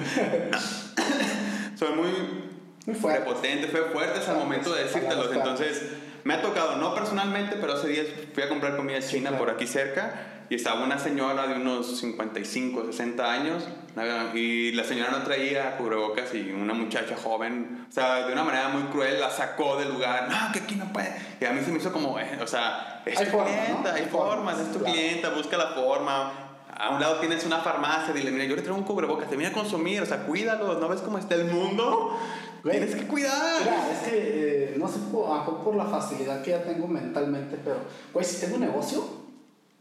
son muy Muy fuerte. Prepotente, fue fuerte al momento de decírtelos. Entonces, me ha tocado, no personalmente, pero hace días fui a comprar comida china sí, claro. por aquí cerca y estaba una señora de unos cincuenta y cinco, sesenta años y la señora no traía cubrebocas y una muchacha joven, o sea, de una manera muy cruel la sacó del lugar. No, que aquí no puede. Y a mí se me hizo como, eh, o sea, es hay tu forma, clienta, ¿no? hay, hay formas, forma, es tu claro. clienta, busca la forma. A un lado tienes una farmacia, dile, mira, yo le traigo un cubrebocas, te viene a consumir, o sea, cuídalo, ¿no ves cómo está el mundo? Güey, tienes que cuidar. Mira, es que, eh, no sé, por, por la facilidad que ya tengo mentalmente, pero, güey, si tengo un negocio,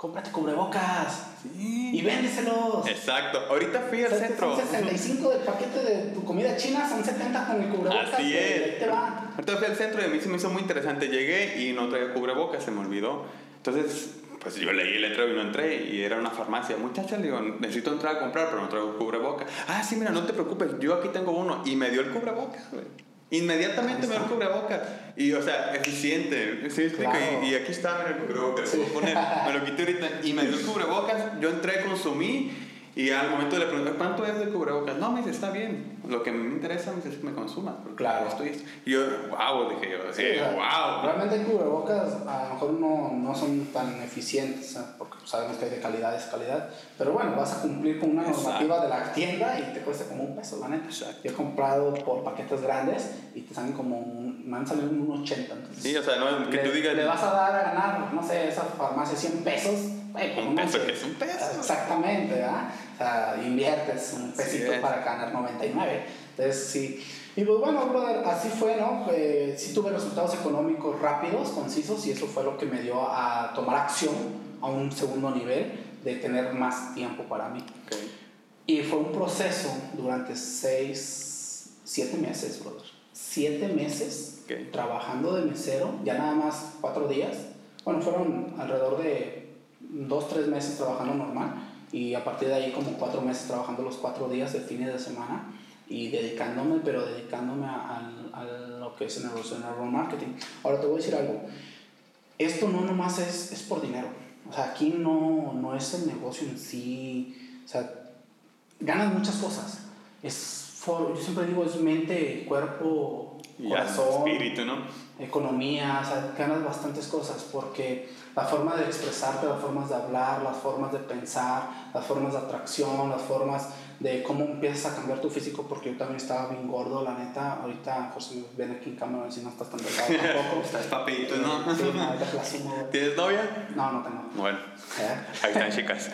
cómprate cubrebocas. Sí. Y véndeselos. Exacto. Ahorita fui al o sea, centro. Son sesenta y cinco del paquete de tu comida china, son setenta con el cubrebocas. Así es. Ahí te va. Ahorita fui al centro y a mí se me hizo muy interesante. Llegué y no traía cubrebocas, se me olvidó. Entonces, pues yo leí el letrero y no entré. Y era una farmacia. Muchacha, le digo, necesito entrar a comprar, pero no traigo cubrebocas. Ah, sí, mira, no te preocupes, yo aquí tengo uno. Y me dio el cubrebocas, güey. Inmediatamente me dio el cubrebocas. Y, o sea, eficiente. ¿Sí explico? Claro. Y, y aquí está, mira el cubrebocas. Sí. Poner, me lo quité ahorita. Y me dio el cubrebocas. Yo entré, consumí. Y al momento le pregunté, ¿cuánto es de cubrebocas? No, me dice, está bien. Lo que me interesa me dice, es que me consuma. Claro. Estoy... Y yo, wow, dije yo, sí, sí, wow. Realmente cubrebocas a lo mejor no, no son tan eficientes, ¿sabes? Porque sabemos que hay de calidad, es calidad. Pero bueno, vas a cumplir con una normativa de la tienda y te cuesta como un peso, la neta. Exacto. Yo he comprado por paquetes grandes y te salen como, un, me han salido un ochenta. Entonces, sí, o sea, no, que le, tú digas... Le vas a dar a ganar, no sé, esa farmacia cien pesos. Ay, pues un no peso sé. que es un peso. Exactamente, ¿verdad? O sea, inviertes un pesito sí, para ganar noventa y nueve. Entonces, sí. Y pues bueno, brother, así fue, ¿no? Eh, sí tuve resultados económicos rápidos, concisos, y eso fue lo que me dio a tomar acción a un segundo nivel, de tener más tiempo para mí. Okay. Y fue un proceso durante seis, siete meses, brother. Siete meses okay. trabajando de mesero, ya nada más cuatro días. Bueno, fueron alrededor de dos, tres meses trabajando normal y a partir de ahí como cuatro meses trabajando los cuatro días de fines de semana y dedicándome, pero dedicándome a, a, a lo que es en el, en el marketing. Ahora te voy a decir algo, esto no nomás es, es por dinero, o sea, aquí no, no es el negocio en sí, o sea, ganas muchas cosas, es for, yo siempre digo es mente, cuerpo, y corazón, espíritu, ¿no? Economía, o sea, ganas bastantes cosas porque la forma de expresarte, las formas de hablar, las formas de pensar, las formas de atracción, las formas de cómo empiezas a cambiar tu físico, porque yo también estaba bien gordo, la neta. Ahorita José me viene aquí en cámara, si no estás tan delgado tampoco. Estás papito, ¿no? Sí, no, ahorita te la sumo. ¿Tienes novia? No, no tengo. Bueno, ¿Eh? ahí están, chicas.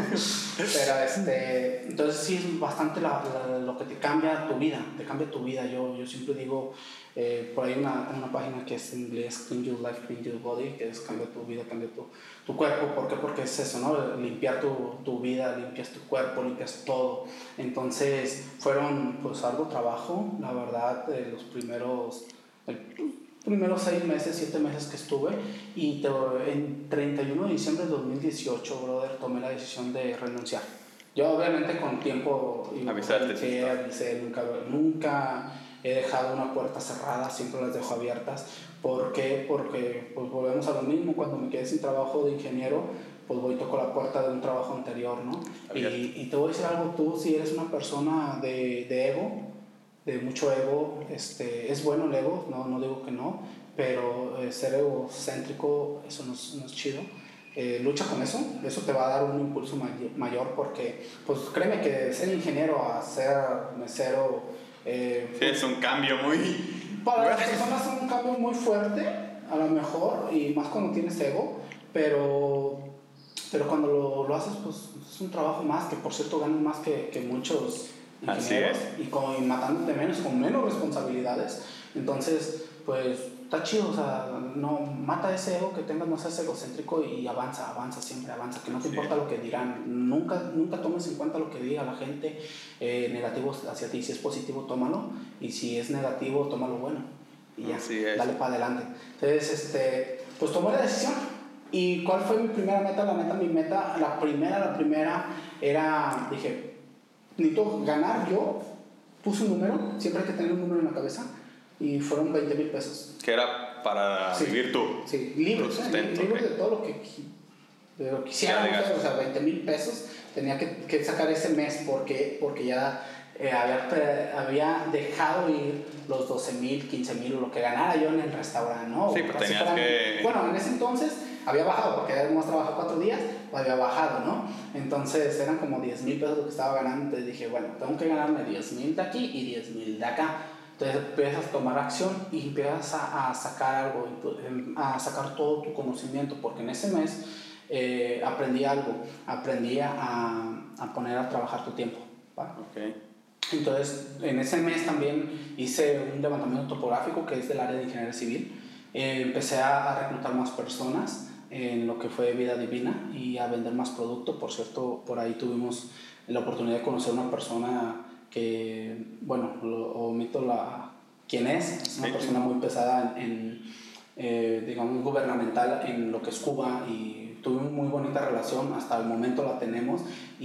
Pero este, entonces sí es bastante la, la, lo que te cambia tu vida, te cambia tu vida. Yo, yo siempre digo, eh, por ahí una, una página que es en inglés, Clean Your Life, Clean Your Body, que es cambia tu vida, cambia tu, tu cuerpo. ¿Por qué? Porque es eso, ¿no? Limpiar tu, tu vida, limpias tu cuerpo, limpias todo. Entonces fueron pues algo trabajo, la verdad, eh, los primeros... El, primeros seis meses, siete meses que estuve y te, en treinta y uno de diciembre de dos mil dieciocho, brother, tomé la decisión de renunciar. Yo obviamente con tiempo avisarte, sí, avisé, nunca, nunca he dejado una puerta cerrada, siempre las dejo abiertas. ¿Por qué? Porque pues volvemos a lo mismo, cuando me quedé sin trabajo de ingeniero, pues voy y toco la puerta de un trabajo anterior, ¿no? Y, y te voy a decir algo, tú si eres una persona de, de ego, de mucho ego, este, es bueno el ego, no, no digo que no, pero eh, ser egocéntrico, eso no es, no es chido. Eh, lucha con eso, eso te va a dar un impulso may- mayor porque, pues créeme que de ser ingeniero a ser mesero... Eh, sí, es un cambio muy... Para las personas es un cambio muy fuerte, a lo mejor, y más cuando tienes ego, pero, pero cuando lo, lo haces, pues es un trabajo más, que por cierto ganas más que, que muchos... Así es. Y, con, y matándote menos, con menos responsabilidades. Entonces, pues está chido, o sea, no, mata ese ego que tengas, no seas egocéntrico y avanza, avanza, siempre avanza, que no te sí. importa lo que dirán. Nunca, nunca tomes en cuenta lo que diga la gente eh, negativo hacia ti. Si es positivo, tómalo, y si es negativo, tómalo bueno. Y ya, dale para adelante. Entonces, este, pues tomé la decisión. ¿Y cuál fue mi primera meta? La meta, mi meta, la primera, la primera era, dije, necesito ganar yo, puse un número, siempre hay que tener un número en la cabeza, y fueron veinte mil pesos. Que era para sí, vivir tú. Sí, libre, libre okay. de todo lo que, de lo que quisiera, ya, o sea, veinte mil pesos, tenía que, que sacar ese mes, porque, porque ya eh, había, había dejado ir los doce mil, quince mil, lo que ganara yo en el restaurante, ¿no? Sí, pues tenías que... Bueno, en ese entonces había bajado, porque habíamos trabajado cuatro días, había bajado, ¿no? Entonces eran como diez mil pesos lo que estaba ganando, entonces dije, bueno, tengo que ganarme diez mil de aquí y diez mil de acá. Entonces empiezas a tomar acción y empiezas a, a sacar algo, a sacar todo tu conocimiento, porque en ese mes eh, aprendí algo, aprendí a, a poner a trabajar tu tiempo, ¿vale? Okay. Entonces en ese mes también hice un levantamiento topográfico que es del área de ingeniería civil. Eh, empecé a, a reclutar más personas, en lo que fue Vida Divina y a vender más producto. Por cierto, por ahí tuvimos la oportunidad de conocer a una persona que, bueno, lo, omito la, quién es, es una persona muy pesada en, en eh, digamos, gubernamental en lo que es Cuba, y tuvimos muy bonita relación, hasta el momento la tenemos,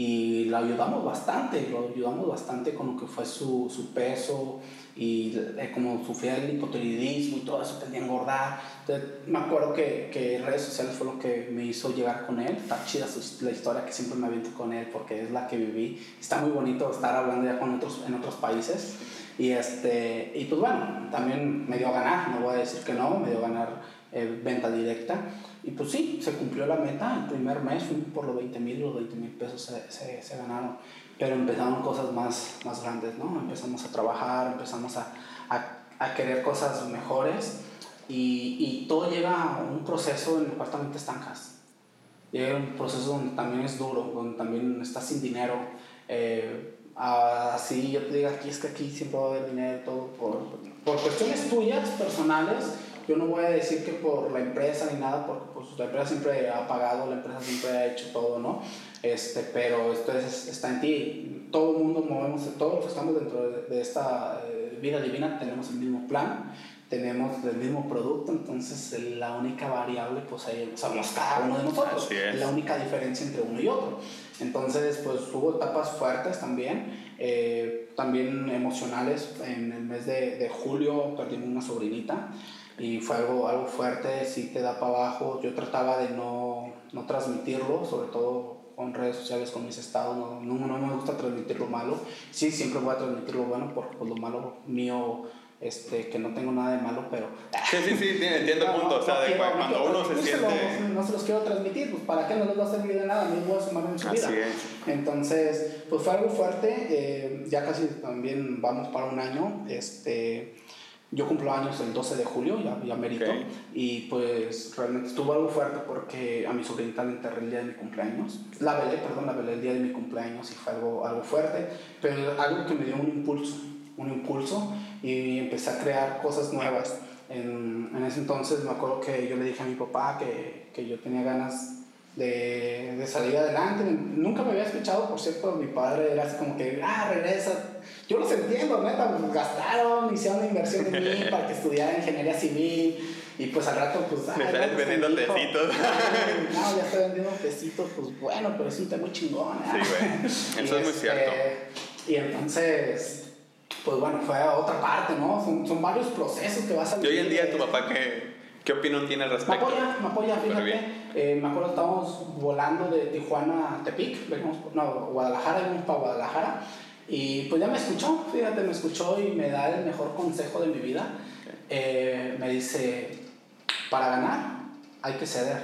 y la ayudamos bastante, lo ayudamos bastante con lo que fue su, su peso, y eh, como sufría el hipotiroidismo y todo eso, tendía a engordar. Entonces me acuerdo que, que redes sociales fue lo que me hizo llegar con él. Está chida su, la historia que siempre me aviento con él porque es la que viví. Está muy bonito estar hablando ya con otros, en otros países. Y, este, y pues bueno, también me dio a ganar, no voy a decir que no, me dio a ganar eh, venta directa. Y pues sí, se cumplió la meta. El primer mes fui por los veinte mil, los veinte mil pesos se, se, se ganaron. Pero empezaron cosas más, más grandes, ¿no? Empezamos a trabajar, empezamos a, a, a querer cosas mejores, y, y todo llega a un proceso en el cual también te estancas. Llega un proceso donde también es duro, donde también estás sin dinero. Eh, así yo te digo, aquí es que aquí siempre va a haber dinero, todo por, por cuestiones tuyas, personales. Yo no voy a decir que por la empresa ni nada, porque pues, la empresa siempre ha pagado, la empresa siempre ha hecho todo, ¿no? Este, pero esto es, está en ti. Todo el mundo movemos, todos los que estamos dentro de, de esta eh, vida divina tenemos el mismo plan, tenemos el mismo producto, entonces la única variable pues ahí somos cada uno de nosotros, es la única diferencia entre uno y otro. Entonces pues hubo etapas fuertes también, eh, también emocionales. En el mes de, de julio perdimos una sobrinita y fue algo, algo fuerte, sí te da para abajo. Yo trataba de no, no transmitirlo, sobre todo con redes sociales, con mis estados. No, no, no me gusta transmitir lo malo. Sí, siempre voy a transmitir lo bueno, porque pues, lo malo mío, este, que no tengo nada de malo, pero... Sí, sí, sí, entiendo el no, punto. No, o sea, no, de cuando, cuando uno se siente... No, no se los quiero transmitir, pues para qué no les va a servir de nada, no les voy a sumar en su vida. Así es. Entonces, pues fue algo fuerte. Eh, ya casi también vamos para un año. Este... Yo cumplo años el doce de julio, ya, ya merito, okay. Y pues realmente estuvo algo fuerte porque a mi sobrinita la enterré el día de mi cumpleaños. La velé, perdón, la velé el día de mi cumpleaños y fue algo, algo fuerte, pero algo que me dio un impulso, un impulso y empecé a crear cosas nuevas. En, en ese entonces me acuerdo que yo le dije a mi papá que, que yo tenía ganas de, de salir adelante. Nunca me había escuchado, por cierto, mi padre era así como que, ah, regresa. Yo los entiendo, neta, pues gastaron, hicieron una inversión en mí para que estudiara ingeniería civil, y pues al rato, pues... Me estás vendiendo tecitos. No, ya estoy vendiendo tecitos, pues bueno, pero es un tema muy chingón. ¿eh? Sí, güey, eso es muy este, cierto. Y entonces, pues bueno, fue a otra parte, ¿no? Son, son varios procesos que vas a vivir. Y hoy en día, ¿tu papá qué, qué opinión tiene al respecto? Me apoya, me apoya, fíjate. Eh, me acuerdo que estábamos volando de Tijuana a Tepic, venimos, no, Guadalajara, íbamos para Guadalajara. Y pues ya me escuchó, fíjate, me escuchó y me da el mejor consejo de mi vida. Okay. Eh, me dice, para ganar hay que ceder.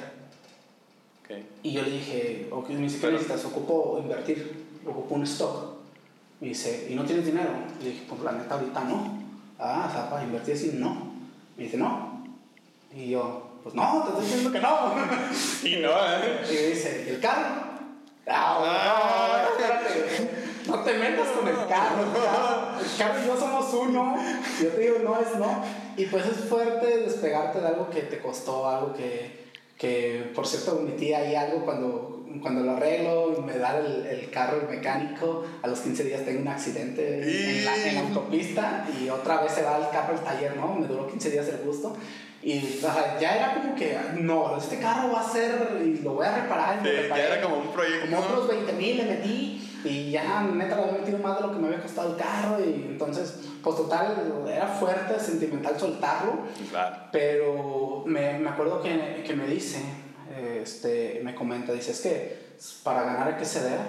Okay. Y yo le dije, ok, me dice, ¿qué necesitas? Ocupo invertir, ocupo un stock. Me dice, ¿y no tienes dinero? Le dije, pues la neta ahorita no. Ah, o sea, para invertir así, no. Me dice, no. Y yo, pues no, te estoy diciendo que no. Y no, ¿eh? Y me dice, ¿y el carro? No, no, no, espérate. No te metas con el carro, el carro, el carro y yo somos uno. Yo te digo, no es no. Y pues es fuerte despegarte de algo que te costó, algo que, que por cierto, omití ahí algo cuando, cuando lo arreglo, me da el, el carro, el mecánico. A los quince días tengo un accidente en la, en la autopista y otra vez se va el carro al taller, ¿no? Me duró quince días el gusto. Y o sea, ya era como que, no, este carro va a ser, y lo voy a reparar. Sí, ya era como un proyecto. Como otros veinte mil le metí. Y ya, neta, lo había metido más de lo que me había costado el carro. Y entonces, pues total, era fuerte, sentimental soltarlo. Claro. Pero me, me acuerdo que, que me dice, este, me comenta, dice, es que para ganar hay que ceder.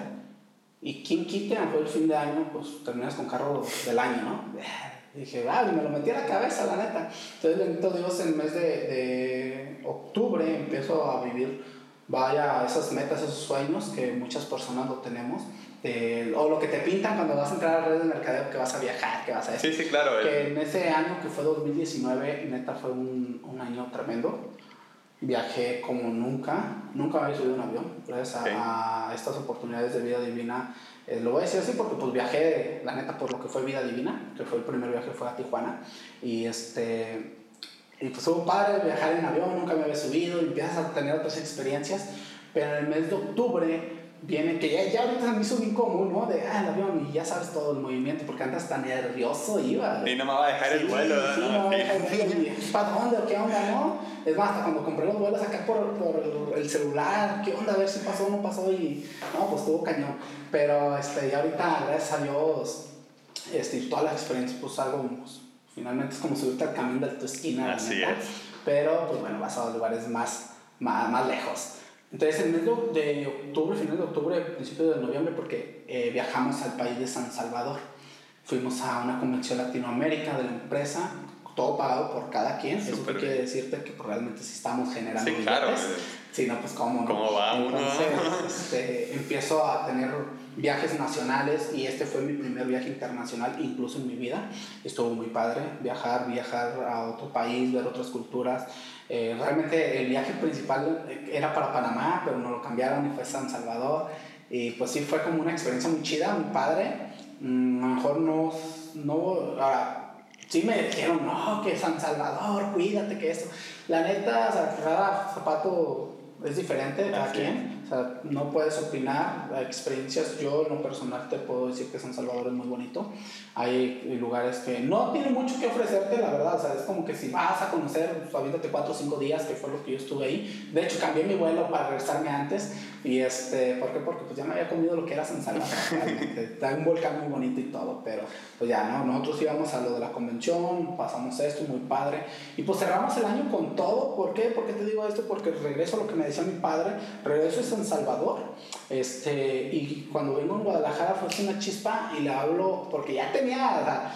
Y quien quite, a el fin de año, pues terminas con carro del año, ¿no? Y dije, ah, me lo metí a la cabeza, la neta. Entonces, bendito Dios, en el mes de, de octubre empiezo a vivir, vaya, esas metas, esos sueños que muchas personas lo tenemos. Eh, o lo que te pintan cuando vas a entrar a la red de mercadeo, que vas a viajar, que vas a... Sí, sí, claro. Que en ese año, que fue dos mil diecinueve, neta fue un, un año tremendo. Viajé como nunca, nunca me había subido un avión, gracias a, okay. a estas oportunidades de Vida Divina. Eh, lo voy a decir así porque pues viajé, la neta, por lo que fue Vida Divina, que fue el primer viaje, fue a Tijuana. Y este... Y pues estuvo padre viajar en avión, nunca me había subido, y empiezas a tener otras experiencias, pero en el mes de octubre viene que ya, ya ahorita se me hizo bien común, ¿no? De, ah, el avión, y ya sabes todo el movimiento, porque andas tan nervioso, iba. Y no me va a dejar sí, el vuelo, ¿no? Sí, no me va a dejar el vuelo, y ¿para dónde o qué onda, no? Es más, hasta cuando compré los vuelos acá por, por el celular, ¿qué onda? A ver si pasó o no pasó, y no, pues estuvo cañón. Pero este, ya ahorita, gracias a Dios, este, toda la experiencia, pues algo, pues, finalmente es como subirte al camión de tu esquina. Así neta, es. Pero, pues bueno, vas a los lugares más, más, más lejos. Entonces, en el mes de octubre, final de octubre, principio de noviembre, porque eh, viajamos al país de San Salvador. Fuimos a una convención Latinoamérica de la empresa, todo pagado por cada quien. Super Eso bien. Quiere decirte que pues, realmente sí estamos generando sí, claro. Si no, pues cómo no. ¿Cómo va uno? Entonces, este, empiezo a tener viajes nacionales y este fue mi primer viaje internacional, incluso en mi vida. Estuvo muy padre viajar, viajar a otro país, ver otras culturas. Eh, realmente el viaje principal era para Panamá, pero nos lo cambiaron y fue San Salvador. Y pues sí, fue como una experiencia muy chida, muy padre. Mm, a lo mejor no, no, ahora, sí me dijeron, no, que San Salvador, cuídate, que esto. La neta, o sea, cada zapato es diferente de cada Así quien. O sea, no puedes opinar. Hay experiencias, yo en lo personal te puedo decir que San Salvador es muy bonito. Hay lugares que no tienen mucho que ofrecerte, la verdad. O sea, es como que si vas a conocer, pues, aviéntate cuatro o cinco días, que fue lo que yo estuve ahí. De hecho, cambié mi vuelo para regresarme antes. Y este, ¿por qué? Porque pues ya me había comido lo que era San Salvador. Está un volcán muy bonito y todo, pero pues ya, ¿no? Nosotros íbamos a lo de la convención, pasamos esto, muy padre. Y pues cerramos el año con todo. ¿Por qué? ¿Por qué te digo esto? Porque regreso a lo que me decía mi padre, regreso a San Salvador. Este, y cuando vengo en Guadalajara fue una chispa y le hablo, porque ya tenía, o sea,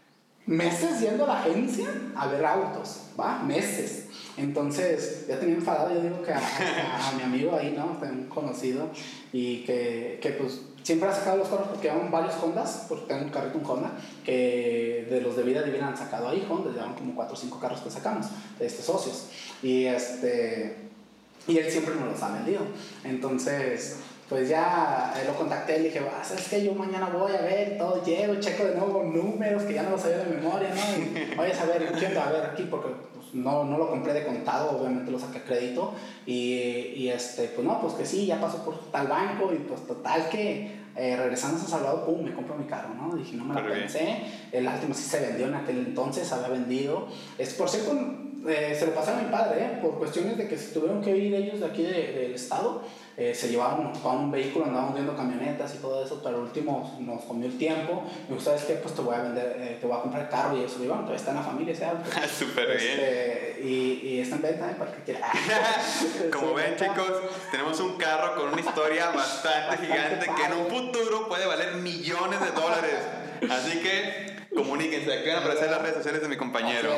meses yendo a la agencia a ver autos, ¿va? Meses. Entonces, ya tenía enfadado, yo digo que a, a, a mi amigo ahí, ¿no? Un conocido, y que, que pues siempre ha sacado los carros porque llevan varios Hondas, porque tengo un carrito, un Honda, que de los de vida divina han sacado ahí Honda, llevan como cuatro o cinco carros que sacamos, de estos socios. Y este, y él siempre nos los ha vendido. Entonces, pues ya eh, lo contacté y le dije, ah, ¿sabes qué? Yo mañana voy a ver, todo llego, checo de nuevo números que ya no los sabía de memoria, ¿no? Y voy a saber, ¿qué onda? A ver aquí, porque pues, no, no lo compré de contado, obviamente lo saqué a crédito. Y, y este, pues no, pues que sí, ya pasó por tal banco y pues total que eh, regresando a San Salvador, pum, me compro mi carro, ¿no? Dije, no me la pensé. El último sí se vendió en aquel entonces, había vendido. Es por ser con... Eh, se lo pasaron a mi padre, ¿eh? Por cuestiones de que se tuvieron que ir ellos de aquí de, del estado, eh, se llevaban, ocupaban un vehículo, andaban viendo camionetas y todo eso, pero al último nos comió el tiempo. Me dijo, ¿sabes qué? Pues te voy a vender, eh, te voy a comprar el carro y eso. Y bueno, todavía está en la familia ese auto. Súper este, bien. Y, y está en venta, ¿eh? Para que quiera. Como ven, chicos, tenemos un carro con una historia bastante, bastante gigante padre. Que en un futuro puede valer millones de dólares. Así que comuníquense, aquí van a aparecer las redes sociales de mi compañero.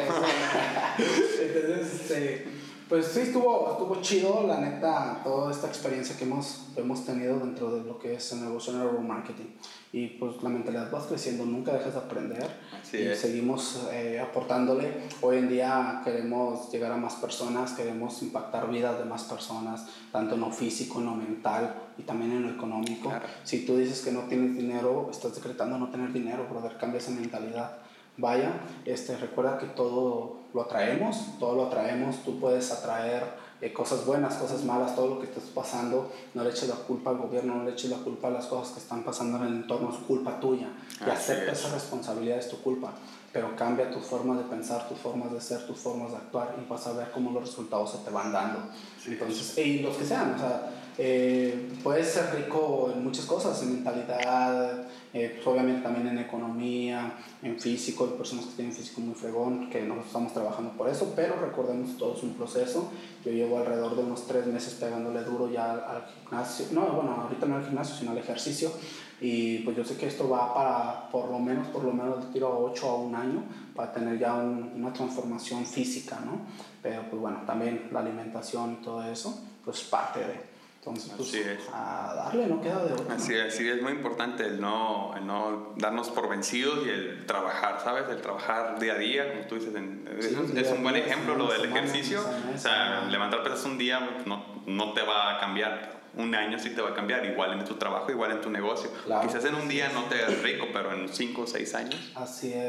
Entonces, este, pues sí, estuvo, estuvo chido, la neta, toda esta experiencia que hemos, que hemos tenido dentro de lo que es el negocio de neuromarketing. Y pues la mentalidad vas creciendo, nunca dejas de aprender. Así y es. Seguimos eh, aportándole. Hoy en día queremos llegar a más personas, queremos impactar vidas de más personas, tanto en lo físico, en lo mental y también en lo económico. Claro. Si tú dices que no tienes dinero, estás decretando no tener dinero, brother, cambia esa mentalidad. Vaya, este, recuerda que todo lo atraemos, todo lo atraemos, tú puedes atraer eh, cosas buenas, cosas malas, todo lo que estés pasando, no le eches la culpa al gobierno, no le eches la culpa a las cosas que están pasando en el entorno, es culpa tuya, y acepta esa responsabilidad, es tu culpa, pero cambia tu forma de pensar, tus formas de ser, tus formas de actuar, y vas a ver cómo los resultados se te van dando. Sí. Entonces, y los que sean, o sea, eh, puedes ser rico en muchas cosas, en mentalidad, eh, pues obviamente también en economía, en físico, hay personas que tienen físico muy fregón, que nosotros estamos trabajando por eso, pero recordemos todo es un proceso. Yo llevo alrededor de unos tres meses pegándole duro ya al, al gimnasio, no, bueno, ahorita no al gimnasio, sino al ejercicio, y pues yo sé que esto va para por lo menos, por lo menos de tiro a ocho a un año, para tener ya un, una transformación física, ¿no? Pero pues bueno, también la alimentación y todo eso, pues parte de... Entonces, pues, a darle, no queda de otra. Así es, sí, es muy importante el no, el no darnos por vencidos y el trabajar, ¿sabes? El trabajar día a día, como tú dices, en, sí, es, es un buen ejemplo lo del ejercicio. O sea, levantar pesas un día no, no te va a cambiar. Un año sí te va a cambiar, igual en tu trabajo, igual en tu negocio. Claro. Quizás en un día no te hagas rico, pero en cinco o seis años. Así es.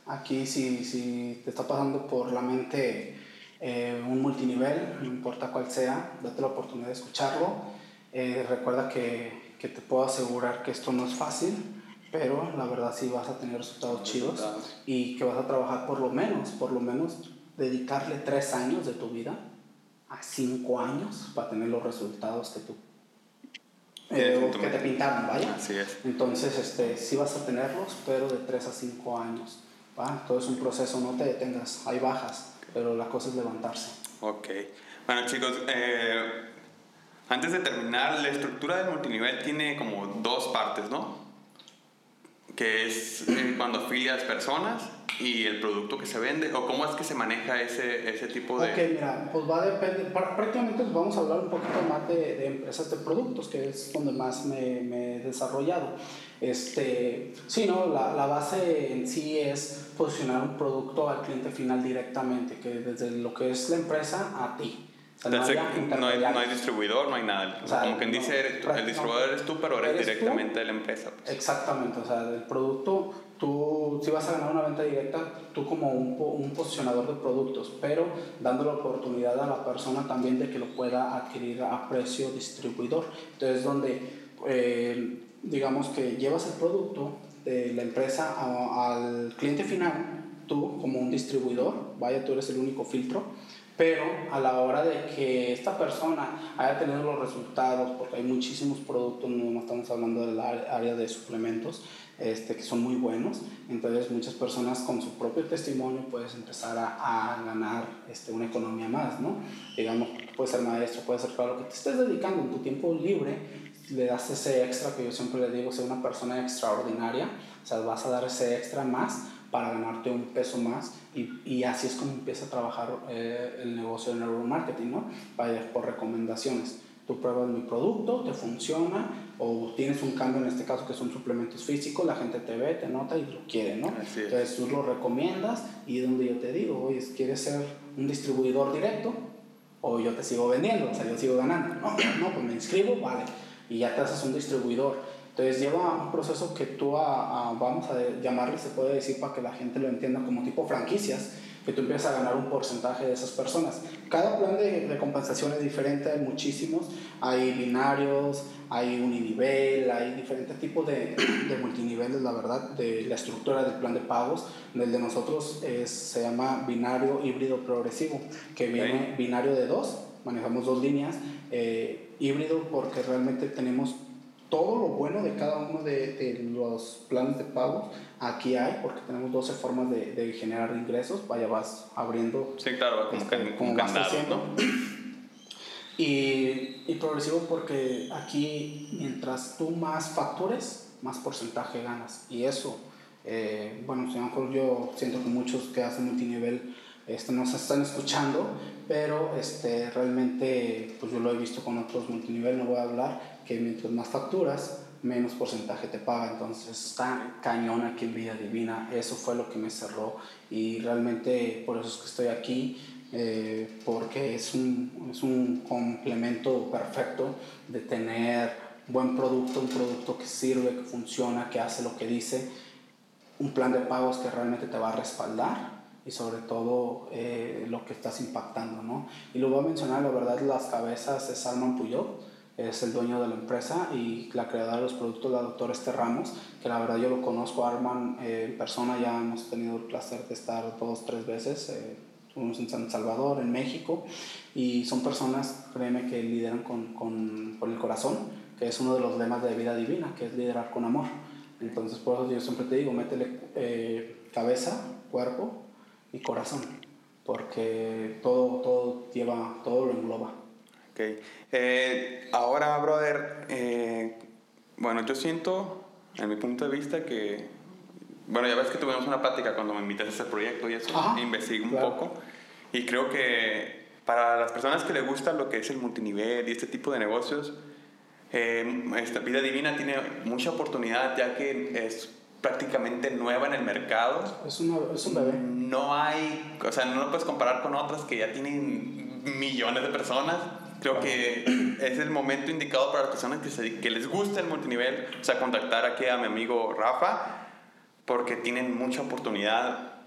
Aquí si, si te está pasando por la mente eh, un multinivel, no importa cuál sea, date la oportunidad de escucharlo. Eh, recuerda que, que te puedo asegurar que esto no es fácil, pero la verdad sí vas a tener resultados chidos y que vas a trabajar por lo menos, por lo menos dedicarle tres años de tu vida a cinco años para tener los resultados que tú eh, que te pintaron, vaya. Así es. Entonces, este, sí vas a tenerlos, pero de tres a cinco años. ¿Va? Todo es un proceso, no te detengas, hay bajas, pero la cosa es levantarse. Ok. Bueno, chicos, eh, antes de terminar, la estructura del multinivel tiene como dos partes, ¿no? Que es eh, cuando afilias personas y el producto que se vende, o cómo es que se maneja ese, ese tipo de... Ok, mira, pues va a depender, prácticamente vamos a hablar un poquito más de, de empresas de productos, que es donde más me, me he desarrollado. Este, sí, ¿no? La, la base en sí es posicionar un producto al cliente final directamente, que desde lo que es la empresa a ti. O sea, no, hay, no, hay, no hay distribuidor, no hay nada. O sea, como quien no, dice, el distribuidor eres tú, pero eres, eres directamente tú, de la empresa. Pues. Exactamente, o sea, del producto, tú si vas a ganar una venta directa, tú como un, un posicionador de productos, pero dando la oportunidad a la persona también de que lo pueda adquirir a precio distribuidor. Entonces, donde, eh, digamos que llevas el producto de la empresa a, al cliente final, tú como un distribuidor, vaya, tú eres el único filtro. Pero a la hora de que esta persona haya tenido los resultados, porque hay muchísimos productos, no estamos hablando del área de suplementos, este, que son muy buenos, entonces muchas personas con su propio testimonio puedes empezar a, a ganar este, una economía más, ¿no? Digamos, puedes ser maestro, puedes ser para lo que te estés dedicando en tu tiempo libre, le das ese extra que yo siempre le digo, ser una persona extraordinaria, o sea, vas a dar ese extra más para ganarte un peso más y, y así es como empieza a trabajar eh, el negocio de neuromarketing, ¿no? Vaya por recomendaciones. Tú pruebas mi producto, te funciona o tienes un cambio, en este caso que son suplementos físicos, la gente te ve, te nota y lo quiere, ¿no? Entonces tú lo recomiendas y es donde yo te digo, oye, ¿quieres ser un distribuidor directo? O yo te sigo vendiendo, o sea, yo sigo ganando. No, no, pues me inscribo, vale, y ya te haces un distribuidor. Entonces lleva un proceso que tú, a, a, vamos a llamarle, se puede decir para que la gente lo entienda como tipo franquicias, que tú empiezas a ganar un porcentaje de esas personas. Cada plan de, de compensación es diferente, hay muchísimos, hay binarios, hay uninivel, hay diferentes tipos de, de multiniveles, la verdad, de la estructura del plan de pagos. El de nosotros es, se llama binario híbrido progresivo, que viene okay. Binario de dos, manejamos dos líneas, eh, híbrido porque realmente tenemos todo lo bueno de cada uno de, de los planes de pago aquí hay, porque tenemos doce formas de, de generar ingresos. Vaya, vas abriendo. Sí, claro, como, este, can, como vas candado, creciendo. ¿No? Y, y progresivo porque aquí, mientras tú más factures, más porcentaje ganas. Y eso, eh, bueno, a lo mejor yo siento que muchos que hacen multinivel este, nos están escuchando, pero este, realmente pues yo lo he visto con otros multinivel, no voy a hablar, que mientras más facturas, menos porcentaje te paga. Entonces está cañón aquí en Vida Divina. Eso fue lo que me cerró y realmente por eso es que estoy aquí, eh, porque es un, es un complemento perfecto de tener buen producto, un producto que sirve, que funciona, que hace lo que dice, un plan de pagos que realmente te va a respaldar y sobre todo eh, lo que estás impactando, ¿no? Y lo voy a mencionar, la verdad, las cabezas es Armand Puyol, es el dueño de la empresa, y la creadora de los productos, la doctora Esther Ramos, que la verdad yo lo conozco a Armand eh, en persona, ya hemos tenido el placer de estar dos, tres veces, eh, estuvimos en San Salvador, en México, y son personas, créeme, que lideran con, con, con el corazón, que es uno de los lemas de Vida Divina, que es liderar con amor. Entonces por eso yo siempre te digo, métele eh, cabeza, cuerpo y corazón, porque todo, todo lleva, todo lo engloba. Ok. Eh, ahora, brother, eh, bueno, yo siento, en mi punto de vista, que, bueno, ya ves que tuvimos una plática cuando me invitaste a ese proyecto y eso, Ajá, investigué un claro. poco, y creo que para las personas que les gusta lo que es el multinivel y este tipo de negocios, eh, esta Vida Divina tiene mucha oportunidad, ya que es prácticamente nueva en el mercado. Es, una, es un bebé. No hay, o sea, no lo puedes comparar con otras que ya tienen millones de personas. Creo que es el momento indicado para las personas que, se, que les gusta el multinivel, o sea, contactar aquí a mi amigo Rafa, porque tienen mucha oportunidad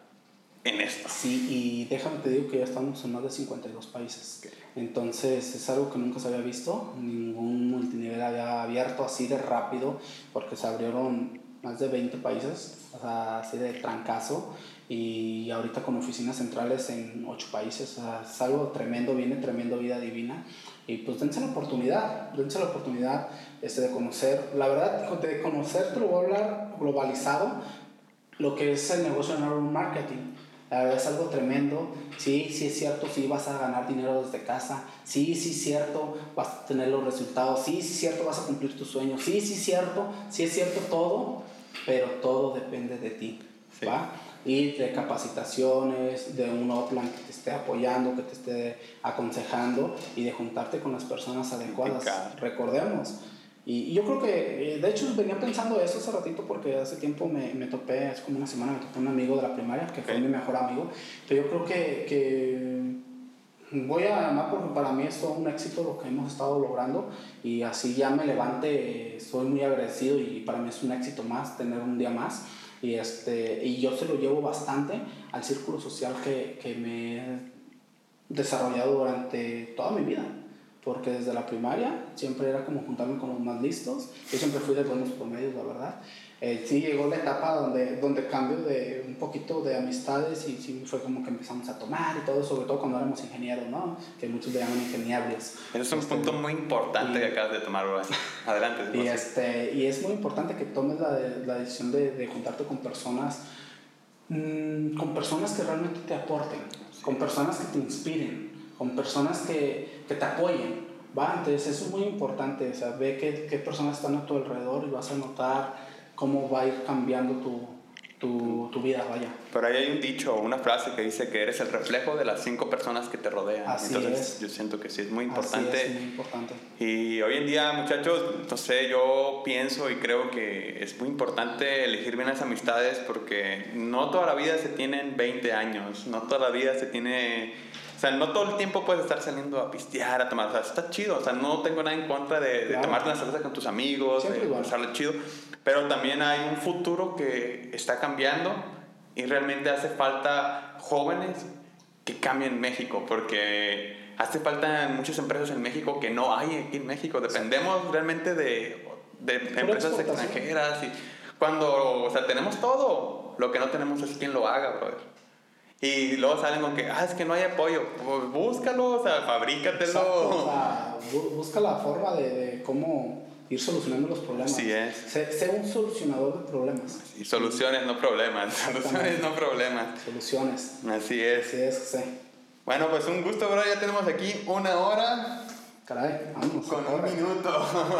en esto. Sí, y déjame te digo que ya estamos en más de cincuenta y dos países. Okay. Entonces es algo que nunca se había visto. Ningún multinivel había abierto así de rápido, porque se abrieron más de veinte países, o sea, así de trancazo. Y ahorita con oficinas centrales en ocho países, o sea, es algo tremendo, viene tremendo Vida Divina. Y pues dense la oportunidad, dense la oportunidad este, de conocer, la verdad, de conocer, te lo voy a hablar globalizado, lo que es el negocio de network marketing. La verdad es algo tremendo. Sí, sí es cierto, sí vas a ganar dinero desde casa. Sí, sí es cierto, vas a tener los resultados. Sí, sí es cierto, vas a cumplir tus sueños. Sí, sí es cierto, sí es cierto todo, pero todo depende de ti, sí. ¿Va? Y de capacitaciones, de un upline que te esté apoyando, que te esté aconsejando y de juntarte con las personas adecuadas. Recordemos. Y yo creo que, de hecho, venía pensando eso hace ratito porque hace tiempo me, me topé, hace como una semana me topé un amigo de la primaria que fue okay. mi mejor amigo. Pero yo creo que, que voy a llamar porque para mí es todo un éxito lo que hemos estado logrando y así ya me levante, soy muy agradecido y para mí es un éxito más tener un día más. Y, este, y yo se lo llevo bastante al círculo social que, que me he desarrollado durante toda mi vida. Porque desde la primaria siempre era como juntarme con los más listos. Yo siempre fui de buenos promedios, la verdad. Eh, sí llegó la etapa donde, donde cambio de un poquito de amistades y sí fue como que empezamos a tomar y todo, sobre todo cuando éramos ingenieros, ¿no? Que muchos le llaman ingenieros. Eso es un este, punto muy importante y, que acabas de tomar, ¿verdad? Adelante. Y, este, y es muy importante que tomes la, la decisión de, de juntarte con personas, mmm, con personas que realmente te aporten, sí. Con personas que te inspiren, con personas que, que te apoyen, ¿va? Entonces eso es muy importante, o sea, ve qué, qué personas están a tu alrededor y vas a notar cómo va a ir cambiando tu, tu, tu vida, vaya. Pero ahí hay un dicho, una frase que dice que eres el reflejo de las cinco personas que te rodean. Así Entonces es. yo siento que sí es muy importante. Así es, muy importante. Y hoy en día, muchachos, no sé, yo pienso y creo que es muy importante elegir bien las amistades porque no toda la vida se tienen veinte años, no toda la vida se tiene... O sea, no todo el tiempo puedes estar saliendo a pistear, a tomar, o sea, está chido, o sea, no tengo nada en contra de, de claro. tomarte una cerveza con tus amigos, de pasarle chido, pero también hay un futuro que está cambiando y realmente hace falta jóvenes que cambien México, porque hace falta muchas empresas en México que no hay aquí en México, dependemos sí. realmente de, de empresas extranjeras y cuando, o sea, tenemos todo, lo que no tenemos es quien lo haga, brother. Y luego salen con que, ah, es que no hay apoyo. Pues búscalo, o sea, fabrícatelo. Exacto, o sea, busca la forma de, de cómo ir solucionando los problemas. Así es. Sé, sé un solucionador de problemas. Y soluciones, no problemas. Soluciones, no problemas. Soluciones. Así es. Así es, sí. Bueno, pues un gusto, bro. Ya tenemos aquí una hora. Caray, vamos. Con un minuto.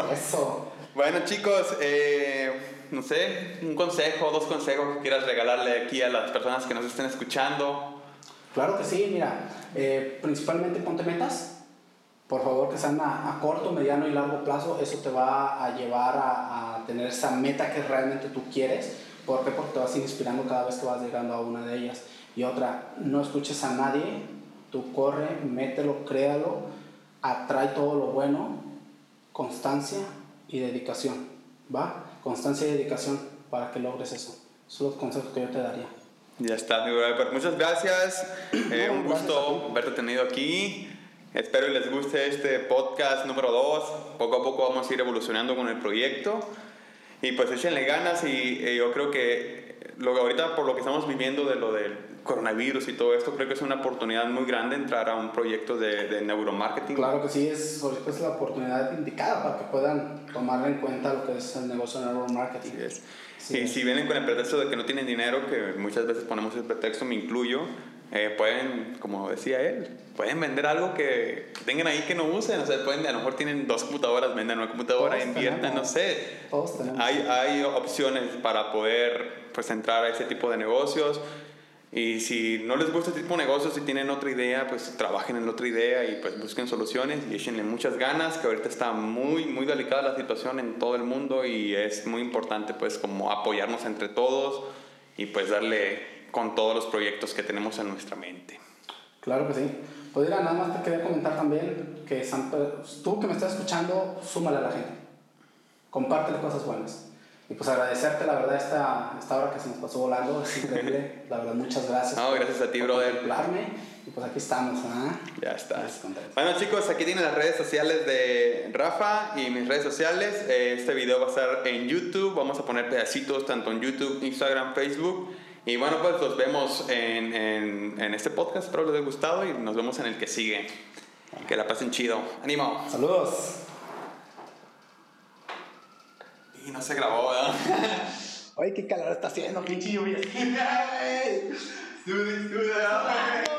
Eso. Bueno, chicos, eh... no sé, un consejo, dos consejos que quieras regalarle aquí a las personas que nos estén escuchando. Claro que sí, mira, eh, principalmente ponte metas, por favor que sean a, a corto, mediano y largo plazo, eso te va a llevar a, a tener esa meta que realmente tú quieres. ¿Por qué? Porque te vas inspirando cada vez que vas llegando a una de ellas. Y otra, no escuches a nadie, tú corre, mételo, créalo, atrae todo lo bueno, constancia y dedicación, ¿va? Constancia y dedicación para que logres eso. Esos son los consejos que yo te daría. Ya está, mi brother. Muchas gracias. Eh, no, un gusto haberte tenido aquí. Espero que les guste este podcast número dos. Poco a poco vamos a ir evolucionando con el proyecto. Y pues échenle ganas y eh, yo creo que lo, ahorita por lo que estamos viviendo de lo del coronavirus y todo esto, creo que es una oportunidad muy grande entrar a un proyecto de, de neuromarketing. Claro que sí, es, es la oportunidad indicada para que puedan tomar en cuenta lo que es el negocio de neuromarketing. Así es. Sí, y es. Si vienen con el pretexto de que no tienen dinero, que muchas veces ponemos el pretexto, me incluyo, eh, pueden, como decía él, pueden vender algo que tengan ahí que no usen. O sea, pueden, a lo mejor tienen dos computadoras, vendan una computadora, todos inviertan, tenemos, no sé. Todos tenemos. Hay, hay opciones para poder pues, entrar a ese tipo de negocios. Y si no les gusta este tipo de negocios, si tienen otra idea, pues trabajen en otra idea y pues busquen soluciones y échenle muchas ganas, que ahorita está muy, muy delicada la situación en todo el mundo y es muy importante pues como apoyarnos entre todos y pues darle con todos los proyectos que tenemos en nuestra mente. Claro que sí. Pues mira, nada más te quería comentar también que San Pedro, tú que me estás escuchando, súmale a la gente. Compártele cosas buenas. Y pues agradecerte, la verdad, esta, esta hora que se nos pasó volando, es increíble. La verdad, muchas gracias. No, gracias a ti, por brother. contemplarme. Y pues aquí estamos, ¿ah? Ya estás. Bueno, chicos, aquí tienen las redes sociales de Rafa y mis redes sociales. Este video va a estar en YouTube. Vamos a poner pedacitos tanto en YouTube, Instagram, Facebook. Y bueno, pues los vemos en, en, en este podcast. Espero les haya gustado y nos vemos en el que sigue. Que la pasen chido. ¡Ánimo! ¡Saludos! Y no se grabó, ¿verdad? Ay, qué calor está haciendo, pinche lluvia. Sude, sude,